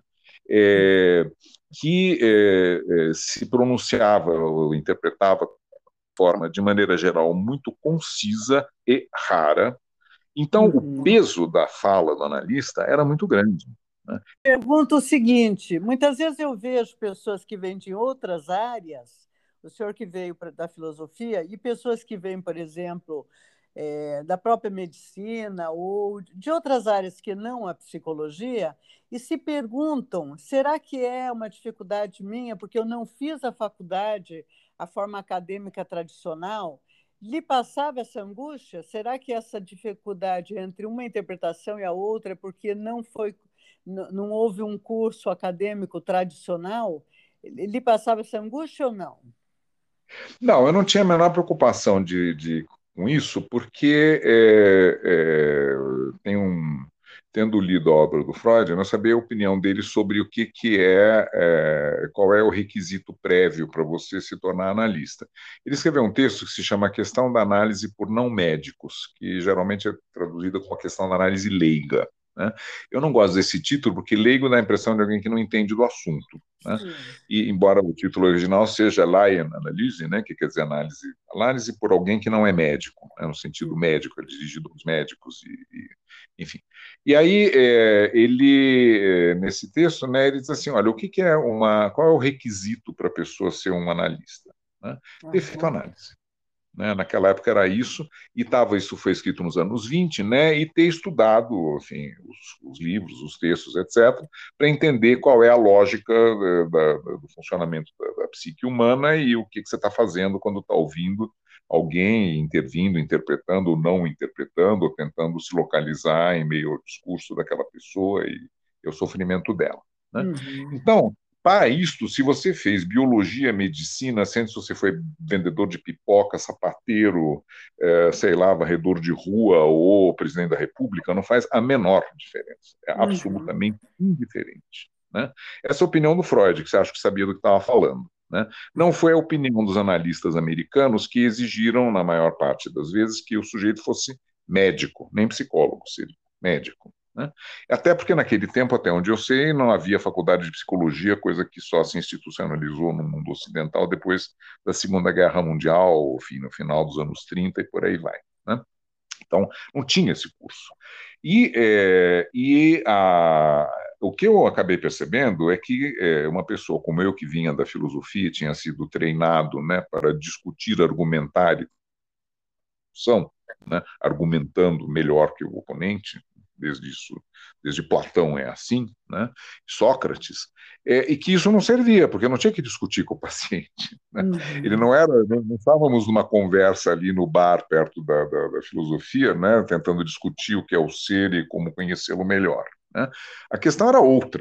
B: é, que é, é, se pronunciava ou interpretava de forma, de maneira geral, muito concisa e rara. Então, o
A: Uhum.
B: peso da fala do analista era muito grande, né?
A: Pergunto o seguinte: muitas vezes eu vejo pessoas que vêm de outras áreas, o senhor que veio pra, da filosofia, e pessoas que vêm, por exemplo, é, da própria medicina ou de outras áreas que não a psicologia, e se perguntam: será que é uma dificuldade minha, porque eu não fiz a faculdade, a forma acadêmica tradicional? Lhe passava essa angústia? Será que essa dificuldade entre uma interpretação e a outra é porque não foi não houve um curso acadêmico tradicional? Lhe passava essa angústia ou não?
B: Não, eu não tinha a menor preocupação de, de- com isso, porque é, é, tem um, tendo lido a obra do Freud, eu não sabia a opinião dele sobre o que, que é, é, qual é o requisito prévio para você se tornar analista. Ele escreveu um texto que se chama A Questão da Análise por Não Médicos, que geralmente é traduzida como a questão da análise leiga, né? Eu não gosto desse título porque leigo dá a impressão de alguém que não entende do assunto, né?
A: Sim.
B: E embora o título original seja Lion Analyse, né, que quer dizer análise, análise por alguém que não é médico, né, no sentido médico, é dirigido aos médicos, e, e, enfim. E aí, é, ele, é, nesse texto, né, ele diz assim, olha, o que, que é uma, qual é o requisito para a pessoa ser um analista? Né? Ter feito
A: Uhum.
B: análise. Né? Naquela época era isso, e tava, isso foi escrito nos anos vinte, né? E ter estudado, enfim, os, os livros, os textos, etcétera, para entender qual é a lógica eh, da, da, do funcionamento da, da, psique humana e o que, que você está fazendo quando está ouvindo alguém intervindo, interpretando ou não interpretando, ou tentando se localizar em meio ao discurso daquela pessoa e, e o sofrimento dela. Né?
A: Uhum.
B: Então, para isto, se você fez biologia, medicina, sendo se você foi vendedor de pipoca, sapateiro, é, sei lá, varredor de rua ou presidente da República, não faz a menor diferença. É
A: Uhum.
B: absolutamente indiferente. Né? Essa é a opinião do Freud, que você acha que sabia do que estava falando. Né? Não foi a opinião dos analistas americanos que exigiram, na maior parte das vezes, que o sujeito fosse médico, nem psicólogo, seria médico. Né? Até porque naquele tempo, até onde eu sei, não havia faculdade de psicologia, coisa que só se institucionalizou no mundo ocidental depois da Segunda Guerra Mundial, enfim, no final dos anos trinta e por aí vai. Né? Então, não tinha esse curso. E, é, e a, o que eu acabei percebendo é que é, uma pessoa como eu, que vinha da filosofia, tinha sido treinado, né, para discutir, argumentar e discussão, né, argumentando melhor que o oponente, desde isso, desde Platão é assim, né, Sócrates, é, e que isso não servia, porque eu não tinha que discutir com o paciente. Né? Ele
A: Uhum.
B: não era, não, não estávamos numa conversa ali no bar perto da, da, da filosofia, né, tentando discutir o que é o ser e como conhecê-lo melhor. Né? A questão era outra.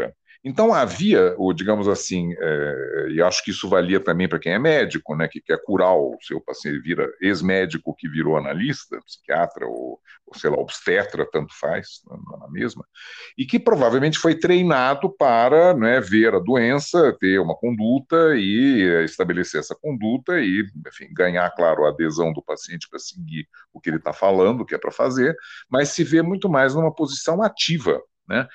B: Então havia, ou digamos assim, é, e acho que isso valia também para quem é médico, né, que quer curar o seu paciente, vira ex-médico que virou analista, psiquiatra ou, ou sei lá, obstetra, tanto faz, na mesma, e que provavelmente foi treinado para, né, ver a doença, ter uma conduta e estabelecer essa conduta e, enfim, ganhar, claro, a adesão do paciente para seguir o que ele está falando, o que é para fazer, mas se vê muito mais numa posição ativa, né?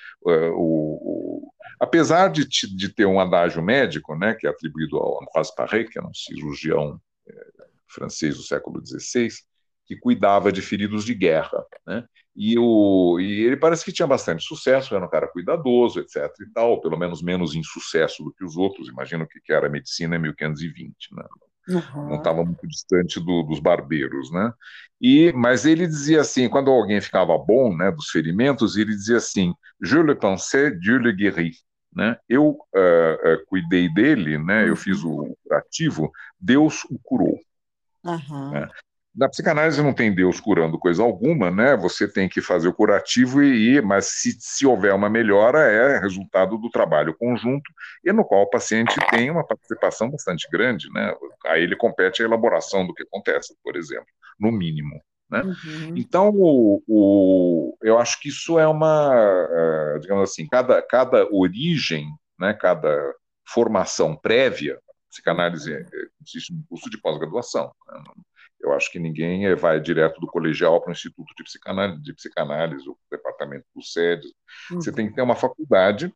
B: O, o, apesar de, de ter um adágio médico, né, que é atribuído ao Ambroise Paré, que era um cirurgião é, francês do século dezesseis, que cuidava de feridos de guerra, né? E, o, e ele parece que tinha bastante sucesso, era um cara cuidadoso, etc. e tal, pelo menos menos insucesso do que os outros. Imagina o que era a medicina em mil quinhentos e vinte, né? Não
A: Uhum.
B: estava muito distante do, dos barbeiros, né? E, mas ele dizia assim, quando alguém ficava bom, né, dos ferimentos, ele dizia assim, je le pensais, Dieu le guérit, né? Eu uh, uh, cuidei dele, né? Eu fiz o curativo, Deus o curou,
A: Uhum.
B: né? Na psicanálise não tem Deus curando coisa alguma, né? Você tem que fazer o curativo e ir, mas se, se houver uma melhora é resultado do trabalho conjunto e no qual o paciente tem uma participação bastante grande, né? Aí ele compete a elaboração do que acontece, por exemplo, no mínimo, né?
A: Uhum.
B: Então, o, o, eu acho que isso é uma, uh, digamos assim, cada, cada origem, né? Cada formação prévia, psicanálise
A: Uhum.
B: existe um curso de pós-graduação, né? Eu acho que ninguém vai direto do colegial para o Instituto de Psicanálise, de Psicanálise, o departamento do SEDES. Você tem que ter uma faculdade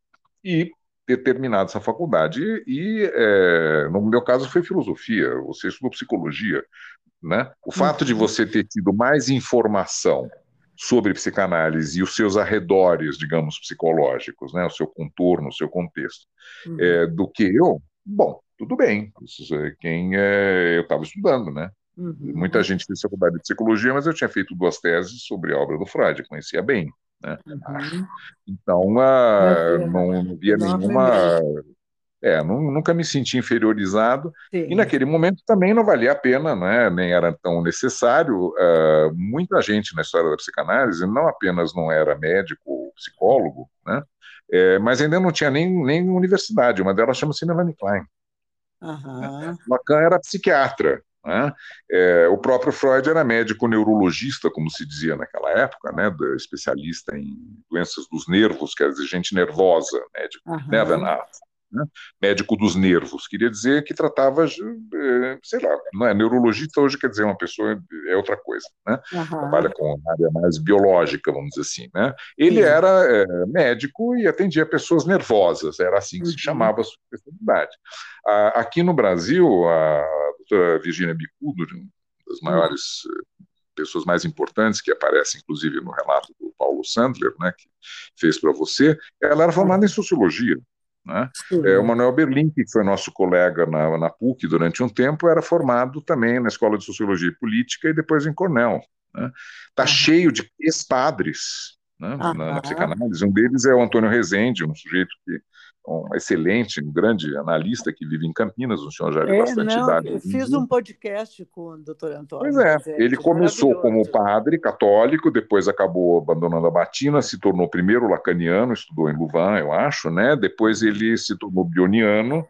B: e ter terminado essa faculdade. E, é, no meu caso, foi filosofia. Você estudou psicologia, né? O fato de
A: Uhum.
B: você ter tido mais informação sobre psicanálise e os seus arredores, digamos, psicológicos, né? O seu contorno, o seu contexto,
A: Uhum.
B: é, do que eu, bom, tudo bem. Isso é quem é, eu estava estudando, né? Muita
A: Uhum.
B: gente fez faculdade de psicologia, mas eu tinha feito duas teses sobre a obra do Freud, conhecia bem, né?
A: Uhum.
B: Então,
A: Mas
B: ah,
A: é
B: não, não via
A: enorme
B: nenhuma.
A: mesmo.
B: É, não, nunca me senti inferiorizado, e
A: Sim.
B: naquele momento também não valia a pena, né? Nem era tão necessário. Ah, muita gente na história da psicanálise não apenas não era médico ou psicólogo, né? É, mas ainda não tinha nem, nem universidade. Uma delas chama-se Melanie Klein.
A: Aham.
B: Lacan era psiquiatra, né? É, o próprio Freud era médico neurologista, como se dizia naquela época, né? Especialista em doenças dos nervos, quer dizer, gente nervosa, médico,
A: Aham.
B: Nevenarth, né? Médico dos nervos, queria dizer que tratava, sei lá, não é neurologista hoje quer dizer uma pessoa é outra coisa, né? Trabalha
A: Aham.
B: com área mais biológica, vamos dizer assim, né? Ele
A: Sim.
B: era é, médico e atendia pessoas nervosas, era assim que se
A: Uhum.
B: chamava a sua especialidade. Aqui no Brasil, a doutora Virginia Bicudo, uma das
A: Uhum.
B: maiores pessoas mais importantes, que aparece inclusive no relato do Paulo Sandler, né, que fez para você, ela era formada em sociologia. Né? É, o
A: Sim.
B: Manuel Berlin, que foi nosso colega na, na PUC durante um tempo, era formado também na Escola de Sociologia e Política e depois em Cornell. Né? Tá
A: Aham.
B: cheio de ex-padres, né, na, na
A: Aham.
B: psicanálise. Um deles é o Antônio Rezende, um sujeito que um excelente, um grande analista que vive em Campinas, um senhor já de
A: É,
B: bastante
A: não,
B: idade
A: eu
B: hoje em
A: fiz
B: dia.
A: um podcast com o doutor
B: Pois
A: Antônio
B: é, ele
A: Rezende,
B: começou como
A: maravilhoso.
B: padre católico, depois acabou abandonando a batina, se tornou primeiro lacaniano, estudou em Louvain, eu acho, né? Depois
A: Uhum.
B: ele se tornou bioniano,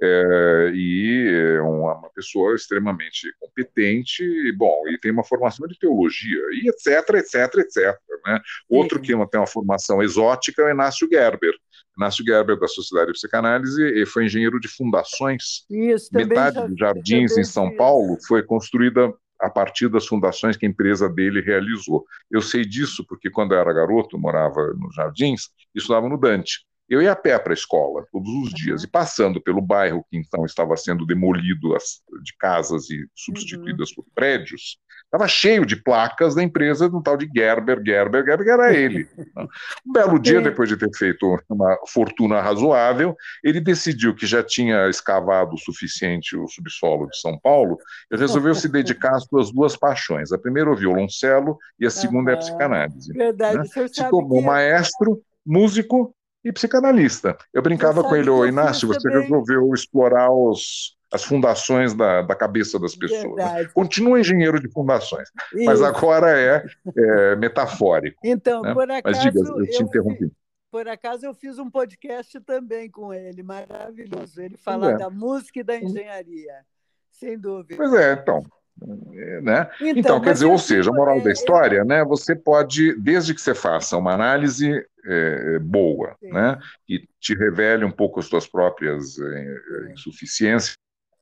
B: é, e é uma, uma pessoa extremamente competente, e, bom, e tem uma formação de teologia, e etc, etc, etc, né? Outro que
A: Sim.
B: tem uma formação exótica é o Inácio Gerber. Inácio Gerber, da Sociedade de Psicanálise, e foi engenheiro de fundações.
A: Isso, também
B: Metade
A: já
B: dos jardins em
A: também
B: São Paulo
A: fiz.
B: foi construída a partir das fundações que a empresa dele realizou. Eu sei disso porque, quando eu era garoto, morava nos Jardins e estudava no Dante. Eu ia a pé para a escola todos os dias, e passando pelo bairro que então estava sendo demolido de casas e
A: Uhum.
B: substituídas por prédios, estava cheio de placas da empresa do tal de Gerber, Gerber, Gerber, que era ele. Um belo dia,
A: Sim.
B: depois de ter feito uma fortuna razoável, ele decidiu que já tinha escavado o suficiente o subsolo de São Paulo e resolveu se dedicar às suas duas paixões. A primeira é o violoncelo e a segunda é a
A: Aham.
B: psicanálise. Né?
A: Verdade. O senhor
B: Se
A: sabe
B: tornou
A: que
B: maestro, músico e psicanalista. Eu
A: o senhor
B: brincava com
A: sabe
B: ele:
A: que
B: ô
A: eu fiz
B: Inácio, você
A: também.
B: resolveu explorar os, as fundações da, da cabeça das pessoas. Né?
A: Verdade.
B: Continua engenheiro de fundações, mas
A: Isso.
B: agora é, é metafórico.
A: Então,
B: Né?
A: por
B: Mas diga,
A: acaso,
B: eu te
A: eu, fi-
B: interrompi.
A: por acaso eu fiz um podcast também com ele, maravilhoso. Ele
B: Pois
A: fala
B: é.
A: da música e da engenharia, sem dúvida.
B: Pois é, então. É, né?
A: Então,
B: Então, quer
A: mas
B: dizer,
A: eu
B: ou seja, a
A: digo,
B: moral da
A: é, eu,
B: história, né? Você pode, desde que você faça uma análise é, boa, né?
A: sim,
B: Que te revele um pouco as suas próprias é,
A: sim,
B: insuficiências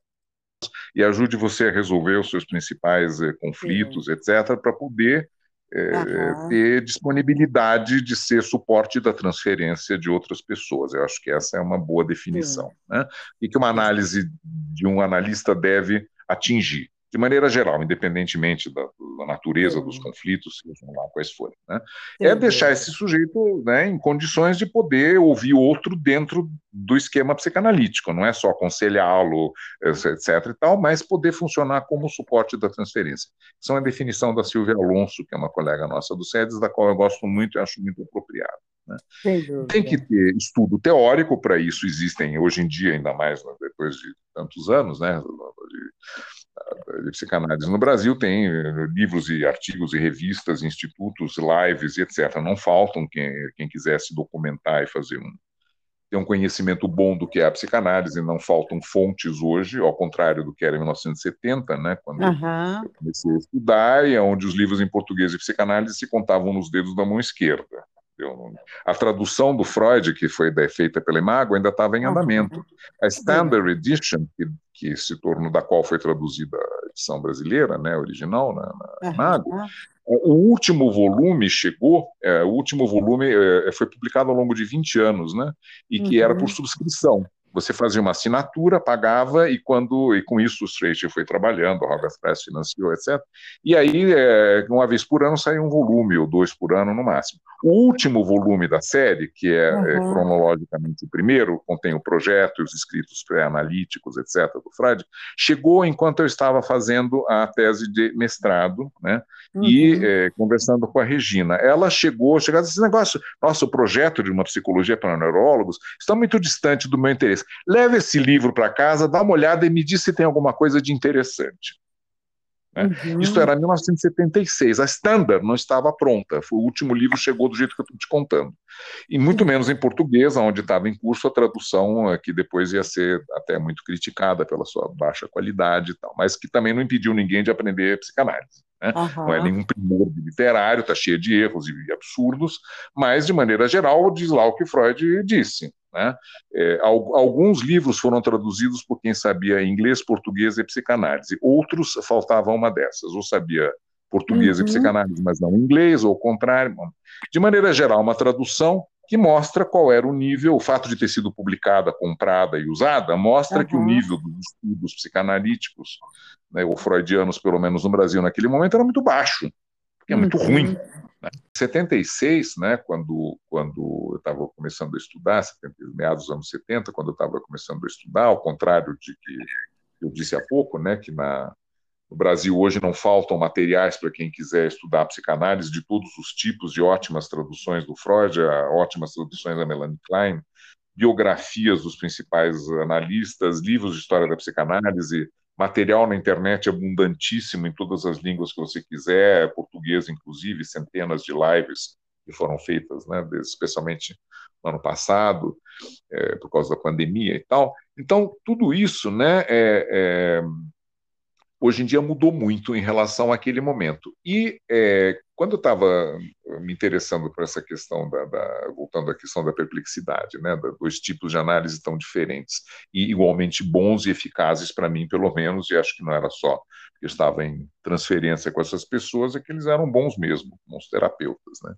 B: e ajude você a resolver os seus principais eh,
A: sim.
B: conflitos, etcétera, para poder eh,
A: Aham,
B: ter disponibilidade de ser suporte da transferência de outras pessoas. Eu acho que essa é uma boa definição,
A: sim,
B: né? E que uma
A: sim,
B: análise de um analista deve atingir, de maneira geral, independentemente da, da natureza dos
A: sim,
B: conflitos, sejam lá quais forem, né? É
A: sem
B: deixar esse
A: dúvida.
B: sujeito, né, em condições de poder ouvir outro dentro do esquema psicanalítico, não é só aconselhá-lo, etc e tal, mas poder funcionar como suporte da transferência. Isso é uma definição da Silvia Alonso, que é uma colega nossa do SEDES, da qual eu gosto muito e acho muito apropriada, né?
A: Sem
B: Tem que
A: dúvida.
B: ter estudo teórico para isso, existem hoje em dia, ainda mais, né, depois de tantos anos, né, de, de psicanálise no Brasil, tem livros e artigos e revistas, institutos, lives e etcétera. Não faltam quem, quem quiser se documentar e fazer um, ter um conhecimento bom do que é a psicanálise, não faltam fontes hoje, ao contrário do que era em mil novecentos e setenta, né, quando
A: Aham,
B: eu comecei a estudar, e é onde os livros em português de psicanálise se contavam nos dedos da mão esquerda. A tradução do Freud, que foi feita pela Imago, ainda estava em andamento.
A: aham,
B: A
A: sim,
B: Standard Edition, que, que se tornou, da qual foi traduzida a edição brasileira, né, original, na, na Imago,
A: aham,
B: o último volume chegou, é, o último volume é, foi publicado ao longo de vinte anos, né? E que era por
A: uhum,
B: subscrição. Você fazia uma assinatura, pagava, e quando e com isso o Streicher foi trabalhando, a Rogas Press financiou, etcétera. E aí, é, uma vez por ano, saía um volume, ou dois por ano no máximo. O último volume da série, que é, é
A: aham,
B: cronologicamente o primeiro, contém o projeto e os escritos pré-analíticos, etcétera, do Freud, chegou enquanto eu estava fazendo a tese de mestrado, né? E
A: uhum,
B: é, conversando com a Regina. Ela chegou, chegou esse negócio, nosso projeto de uma psicologia para neurólogos está muito distante do meu interesse. Leve esse livro para casa, dá uma olhada e me diz se tem alguma coisa de interessante. Né? Isso
A: uhum,
B: era em mil novecentos e setenta e seis. A Standard não estava pronta. O último livro chegou do jeito que eu estou te contando. E muito
A: sim,
B: menos em português, onde estava em curso a tradução, que depois ia ser até muito criticada pela sua baixa qualidade e tal, mas que também não impediu ninguém de aprender psicanálise. Né? Não é
A: aham,
B: nenhum primor literário, está cheio de erros e absurdos, mas, de maneira geral, diz lá o que Freud disse. Né? É, alguns livros foram traduzidos por quem sabia inglês, português e psicanálise. Outros faltavam uma dessas, ou sabia português e
A: uhum,
B: psicanálise, mas não inglês, ou o contrário. De maneira geral, uma tradução que mostra qual era o nível, o fato de ter sido publicada, comprada e usada, mostra que o
A: aham,
B: nível dos estudos psicanalíticos, né, ou freudianos, pelo menos no Brasil naquele momento, era muito baixo, porque é muito ruim.
A: uhum,
B: Em setenta e seis, né, quando, quando eu estava começando a estudar, setenta, meados dos anos setenta, quando eu estava começando a estudar, ao contrário de que eu disse há pouco, né, que na, no Brasil hoje não faltam materiais para quem quiser estudar psicanálise de todos os tipos, de ótimas traduções do Freud, ótimas traduções da Melanie Klein, biografias dos principais analistas, livros de história da psicanálise, material na internet abundantíssimo em todas as línguas que você quiser, português inclusive, centenas de lives que foram feitas, né, especialmente no ano passado, é, por causa da pandemia e tal. Então, tudo isso, né, é, é, hoje em dia mudou muito em relação àquele momento. E é, quando eu estava me interessando por essa questão, da, da, voltando à questão da perplexidade, né, da, dois tipos de análise tão diferentes e igualmente bons e eficazes para mim, pelo menos, e acho que não era só que eu estava em transferência com essas pessoas, é que eles eram bons mesmo, bons terapeutas, né?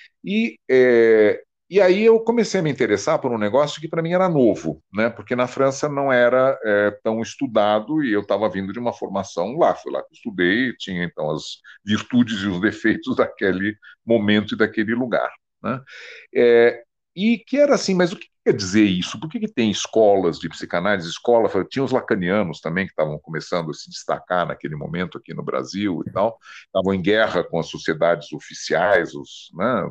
B: E, é, e aí eu comecei a me interessar por um negócio que para mim era novo, né? Porque na França não era é, tão estudado e eu estava vindo de uma formação lá. Fui lá que estudei, tinha então as virtudes e os defeitos daquele momento e daquele lugar, né? É, e que era assim, mas o que quer dizer isso? Por que, que tem escolas de psicanálise? Escola, tinha os lacanianos também que estavam começando a se destacar naquele momento aqui no Brasil e tal, estavam em guerra com as sociedades oficiais, os, né,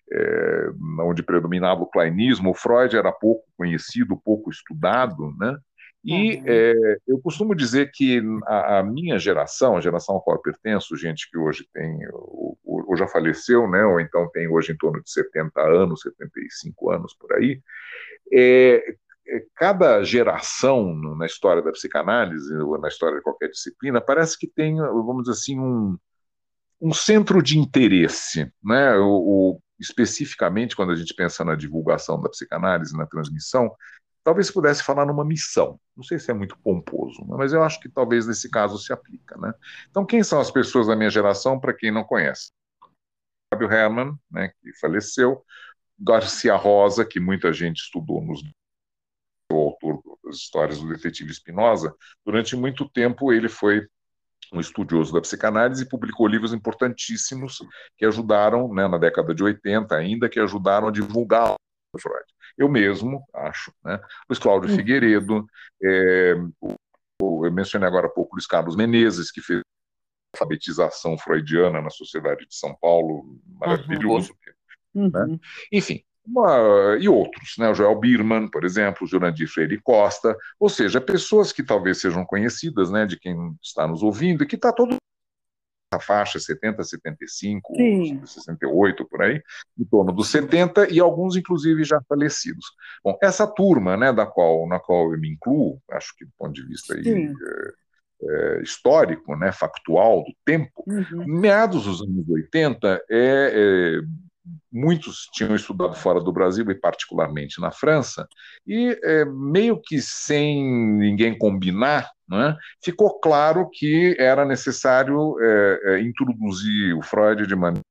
B: é, onde predominava o kleinismo. O Freud era pouco conhecido, pouco estudado, né? E
A: aham,
B: é, eu costumo dizer que a, a minha geração, a geração a qual eu pertenço, gente que hoje tem o, o, ou já faleceu, né, ou então tem hoje em torno de setenta anos, setenta e cinco anos por aí. É, é, cada geração na história da psicanálise, ou na história de qualquer disciplina, parece que tem, vamos dizer assim, um, um centro de interesse, né? O, o, especificamente quando a gente pensa na divulgação da psicanálise, na transmissão, talvez pudesse falar numa missão. Não sei se é muito pomposo, mas eu acho que talvez nesse caso se aplica, né? Então, quem são as pessoas da minha geração, para quem não conhece? Fábio Herrmann, né, que faleceu, Garcia Rosa, que muita gente estudou nos o autor das histórias do detetive Spinoza. Durante muito tempo ele foi um estudioso da psicanálise e publicou livros importantíssimos que ajudaram, né, na década de oitenta ainda, que ajudaram a divulgar o Freud. Eu mesmo acho, né? Luiz Cláudio Figueiredo, é, o, eu mencionei agora há pouco Luiz Carlos Menezes, que fez alfabetização freudiana na Sociedade de São Paulo, maravilhoso. Uhum. Né? Enfim, uma, e outros, né? O Joel Biermann, por exemplo, o Jurandir Freire Costa, ou seja, pessoas que talvez sejam conhecidas, né, de quem está nos ouvindo, e que está todo a faixa setenta, setenta e cinco, Sim. sessenta e oito, por aí, em torno dos setenta, e alguns, inclusive, já falecidos. Bom, essa turma, né, da qual, na qual eu me incluo, acho que do ponto de vista aí, é, é, histórico, né, factual, do tempo, uhum. meados dos anos oitenta, é, é, muitos tinham estudado fora do Brasil, e particularmente na França, e é, meio que sem ninguém combinar, né, ficou claro que era necessário é, é, introduzir o Freud de maneira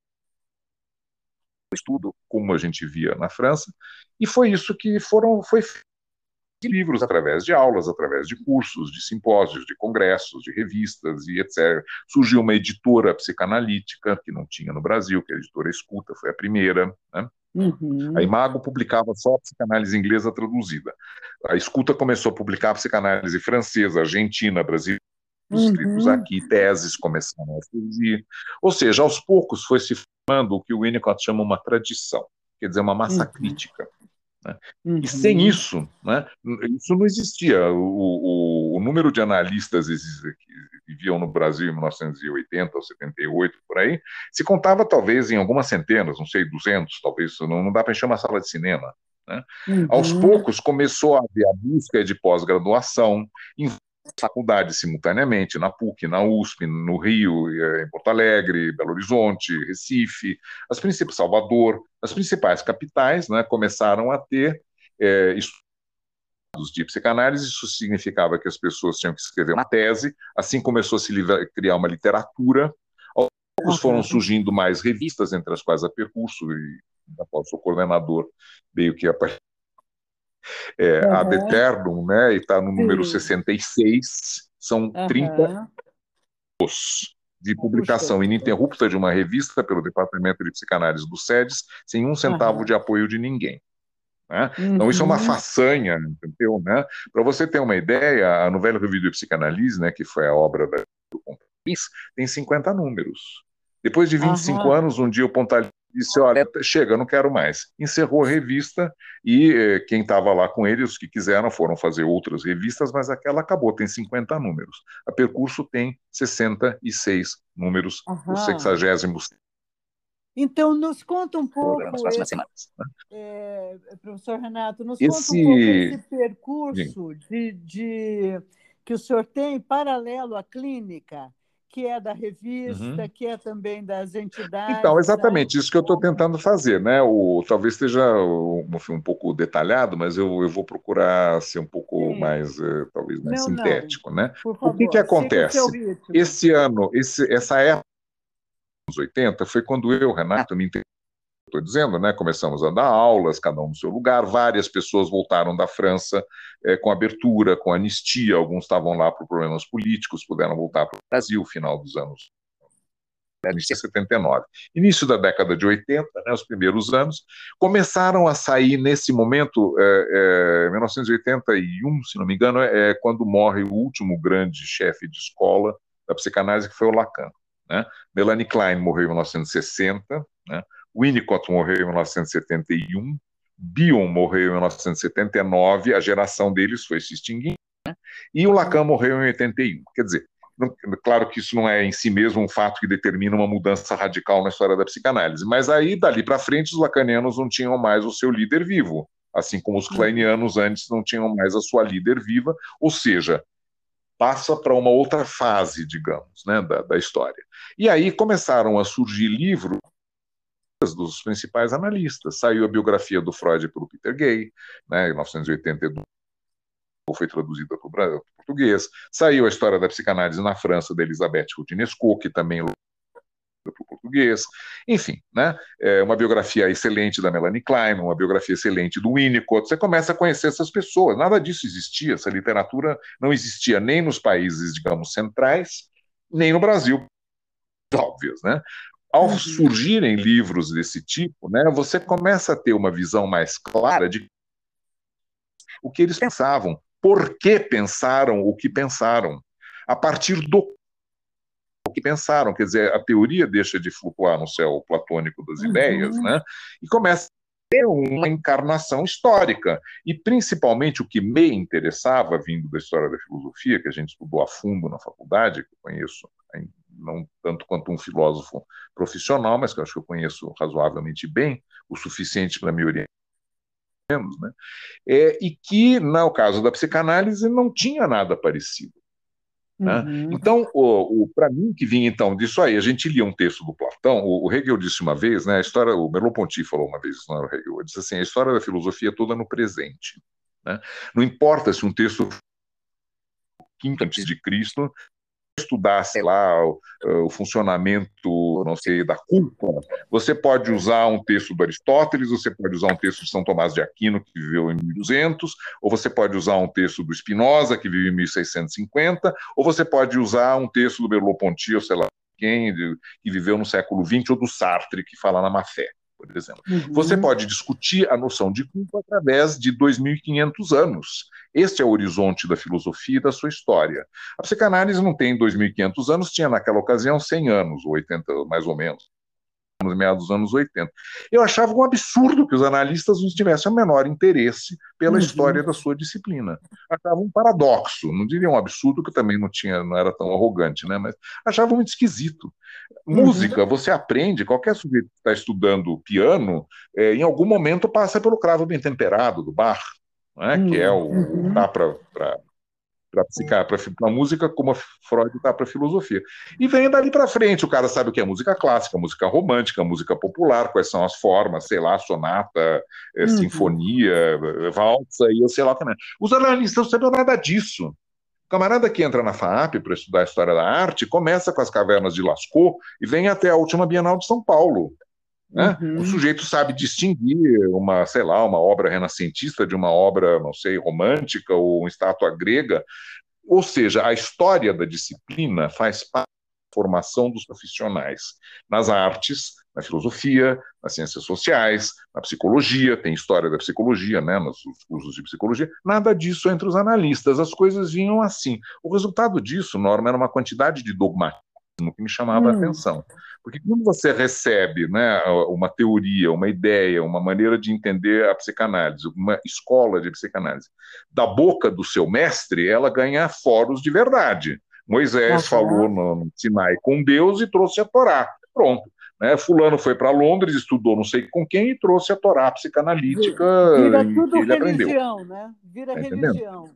B: estudo, como a gente via na França, e foi isso que foram, foi de livros, através de aulas, através de cursos, de simpósios, de congressos, de revistas e etcétera. Surgiu uma editora psicanalítica, que não tinha no Brasil, que é a editora Escuta, foi a primeira, né? Uhum. A Imago publicava só a psicanálise inglesa traduzida. A Escuta começou a publicar a psicanálise francesa, argentina, brasileira, escritos uhum. aqui, teses começaram a surgir. Ou seja, aos poucos foi se formando o que o Winnicott chama uma tradição, quer dizer, uma massa uhum. crítica. Né? Uhum. E sem isso, né, isso não existia. O, o, o número de analistas que viviam no Brasil em mil novecentos e oitenta ou setenta e oito, por aí, se contava talvez em algumas centenas, não sei, duzentos, talvez, não, não dá para encher uma sala de cinema. Né? Uhum. Aos poucos começou a haver a busca de pós-graduação em faculdades simultaneamente, na PUC, na U S P, no Rio, em Porto Alegre, Belo Horizonte, Recife, as principais, Salvador, as principais capitais, né, começaram a ter é, estudos de psicanálise. Isso significava que as pessoas tinham que escrever uma tese, assim começou a se criar uma literatura. Aos poucos uhum. foram surgindo mais revistas, entre as quais a Percurso, e da qual sou coordenador, meio que apareceu. É, uhum. Ad Eternum, né, e está no número Sim. sessenta e seis, são uhum. trinta anos de publicação Puxa, ininterrupta de uma revista pelo Departamento de Psicanálise do SEDES, sem um centavo uhum. de apoio de ninguém. Né? Uhum. Então isso é uma façanha, entendeu? Né? Para você ter uma ideia, a Novela Revue de Psicanálise, né, que foi a obra da, do Pontalis, tem cinquenta números. Depois de vinte e cinco uhum. anos, um dia o Pontalis disse, olha, chega, eu não quero mais. Encerrou a revista e eh, quem estava lá com ele, os que quiseram, foram fazer outras revistas, mas aquela acabou, tem cinquenta números. A Percurso tem sessenta e seis números, uhum. o sexagésimo.
A: Então, nos conta um pouco, esse, semanas, né? é, professor Renato, nos esse... conta um pouco esse percurso de, de, que o senhor tem paralelo à clínica, que é da revista, uhum. que é também das entidades.
B: Então, exatamente, né? Isso que eu estou tentando fazer, né? O, talvez esteja um, um pouco detalhado, mas eu, eu vou procurar ser um pouco Sim. mais, uh, talvez, mais não, sintético, não. Né?
A: Por favor,
B: o que, que acontece? Esse ano, esse, essa época dos anos oitenta, foi quando eu, Renato, me entendi. Estou dizendo, né? Começamos a dar aulas, cada um no seu lugar, várias pessoas voltaram da França é, com abertura, com anistia, alguns estavam lá por problemas políticos, puderam voltar para o Brasil, final dos anos setenta e nove. Início da década de oitenta, né, os primeiros anos, começaram a sair nesse momento, é, é, mil novecentos e oitenta e um, se não me engano, é quando morre o último grande chefe de escola da psicanálise, que foi o Lacan. Né? Melanie Klein morreu em mil novecentos e sessenta, né? Winnicott morreu em mil novecentos e setenta e um, Bion morreu em mil novecentos e setenta e nove, a geração deles foi se extinguindo, né? E o Lacan morreu em oitenta e um. Quer dizer, não, claro que isso não é em si mesmo um fato que determina uma mudança radical na história da psicanálise, mas aí, dali para frente, os lacanianos não tinham mais o seu líder vivo, assim como os kleinianos antes não tinham mais a sua líder viva, ou seja, passa para uma outra fase, digamos, né, da, da história. E aí começaram a surgir livros dos principais analistas. Saiu a biografia do Freud pelo Peter Gay, né, em mil novecentos e oitenta e dois, foi traduzida para o português. Saiu a história da psicanálise na França, da Elisabeth Roudinesco, que também para o português. Enfim, né, é uma biografia excelente da Melanie Klein, uma biografia excelente do Winnicott. Você começa a conhecer essas pessoas. Nada disso existia, essa literatura não existia nem nos países, digamos, centrais, nem no Brasil, óbvias, né? Ao surgirem livros desse tipo, né, você começa a ter uma visão mais clara de o que eles pensavam, por que pensaram o que pensaram, a partir do que pensaram. Quer dizer, a teoria deixa de flutuar no céu platônico das uhum. ideias, né, e começa a ter uma encarnação histórica. E, principalmente, o que me interessava, vindo da história da filosofia, que a gente estudou a fundo na faculdade, que eu conheço não tanto quanto um filósofo profissional, mas que eu acho que eu conheço razoavelmente bem, o suficiente para me orientar, né? É, e que, no caso da psicanálise, não tinha nada parecido. Né? Uhum. Então, o, o, para mim, que vinha então disso aí, a gente lia um texto do Platão, o, o Hegel disse uma vez, né, a história, o Merleau-Ponty falou uma vez, não era o Hegel, ele disse assim, a história da filosofia é toda no presente. Né? Não importa se um texto quinto antes de Cristo estudar, sei lá, o, o funcionamento, não sei, da culpa, você pode usar um texto do Aristóteles, você pode usar um texto de São Tomás de Aquino, que viveu em mil e duzentos, ou você pode usar um texto do Spinoza, que viveu em mil seiscentos e cinquenta, ou você pode usar um texto do Merleau-Ponty, ou sei lá quem, que viveu no século vinte, ou do Sartre, que fala na má-fé, por exemplo. Uhum. Você pode discutir a noção de culpa através de dois mil e quinhentos anos. Este é o horizonte da filosofia e da sua história. A psicanálise não tem dois mil e quinhentos anos, tinha naquela ocasião cem anos, ou oitenta, mais ou menos, nos meados dos anos oitenta. Eu achava um absurdo que os analistas não tivessem o menor interesse pela uhum. história da sua disciplina. Achava um paradoxo, não diria um absurdo, que também não, tinha, não era tão arrogante, né? Mas achava muito esquisito. Música, uhum. você aprende, qualquer sujeito que está estudando piano, é, em algum momento passa pelo cravo bem temperado do Bach, né? Uhum. que é o uhum. tá para para a música, como a Freud está para a filosofia. E vem dali para frente, o cara sabe o que é música clássica, música romântica, música popular, quais são as formas, sei lá, sonata, é, uhum. sinfonia, valsa, e eu sei lá também. Os analistas não sabem nada disso. O camarada que entra na FAAP para estudar a história da arte começa com as cavernas de Lascaux e vem até a última Bienal de São Paulo. Né? Uhum. O sujeito sabe distinguir uma, sei lá, uma obra renascentista de uma obra, não sei, romântica ou uma estátua grega. Ou seja, a história da disciplina faz parte da formação dos profissionais nas artes, na filosofia, nas ciências sociais, na psicologia, tem história da psicologia, né, nos cursos de psicologia. Nada disso entre os analistas, as coisas vinham assim. O resultado disso, Norma, era uma quantidade de dogmatismo que me chamava hum. a atenção. Porque quando você recebe, né, uma teoria, uma ideia, uma maneira de entender a psicanálise, uma escola de psicanálise, da boca do seu mestre, ela ganha foros de verdade. Moisés uhum. falou no Sinai com Deus e trouxe a Torá. Pronto. Né? Fulano foi para Londres, estudou não sei com quem e trouxe a Torá psicanalítica.
A: Vira tudo
B: que ele
A: religião,
B: aprendeu.
A: Né? Vira
B: Tá
A: religião.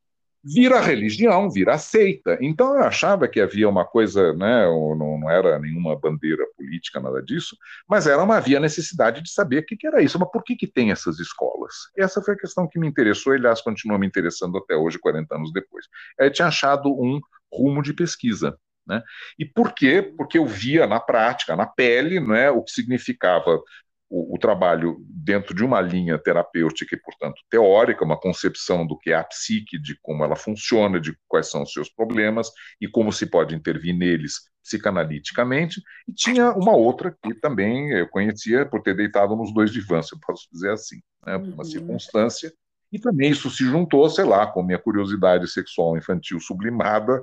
B: Vira religião, vira seita. Então eu achava que havia uma coisa, né, não, não era nenhuma bandeira política, nada disso, mas era uma, havia necessidade de saber o que, que era isso, mas por que, que tem essas escolas? Essa foi a questão que me interessou, e, aliás, continua me interessando até hoje, quarenta anos depois. Eu tinha achado um rumo de pesquisa. Né? E por quê? Porque eu via na prática, na pele, né, o que significava O, o trabalho dentro de uma linha terapêutica e, portanto, teórica, uma concepção do que é a psique, de como ela funciona, de quais são os seus problemas e como se pode intervir neles psicanaliticamente, e tinha uma outra que também eu conhecia por ter deitado nos dois divãs, eu posso dizer assim, né, por uma uhum. circunstância, e também isso se juntou, sei lá, com minha curiosidade sexual infantil sublimada,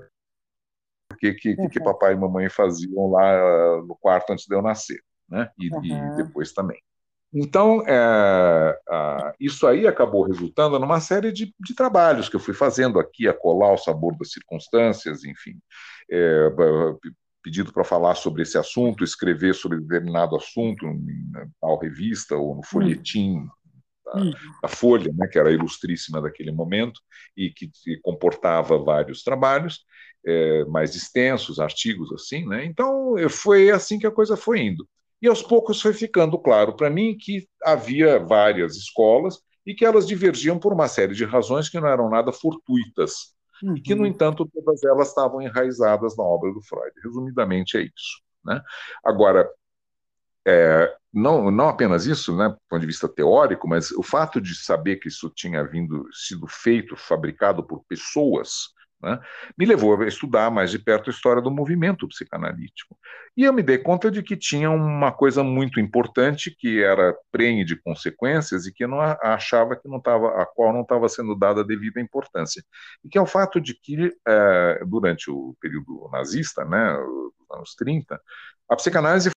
B: porque que, que, que papai e mamãe faziam lá no quarto antes de eu nascer. Né? E, uhum. e depois também. Então, é, a, isso aí acabou resultando numa série de, de trabalhos que eu fui fazendo aqui, a colar ao sabor das circunstâncias, enfim, é, pedido para falar sobre esse assunto, escrever sobre determinado assunto em tal revista ou no
A: Hum,
B: folhetim da,
A: hum.
B: da Folha, né, que era a ilustríssima daquele momento e que, que comportava vários trabalhos é, mais extensos, artigos assim, né? Então foi assim que a coisa foi indo. E aos poucos foi ficando claro para mim que havia várias escolas e que elas divergiam por uma série de razões que não eram nada fortuitas e que, no
A: Uhum.
B: entanto, todas elas estavam enraizadas na obra do Freud. Resumidamente é isso. Né? Agora, é, não, não apenas isso, né, do ponto de vista teórico, mas o fato de saber que isso tinha vindo, sido feito, fabricado por pessoas, né, me levou a estudar mais de perto a história do movimento psicanalítico. E eu me dei conta de que tinha uma coisa muito importante que era prenhe de consequências e que eu não achava que não estava, a qual não estava sendo dada a devida importância. E que é o fato de que, é, durante o período nazista, né, os anos trinta, a psicanálise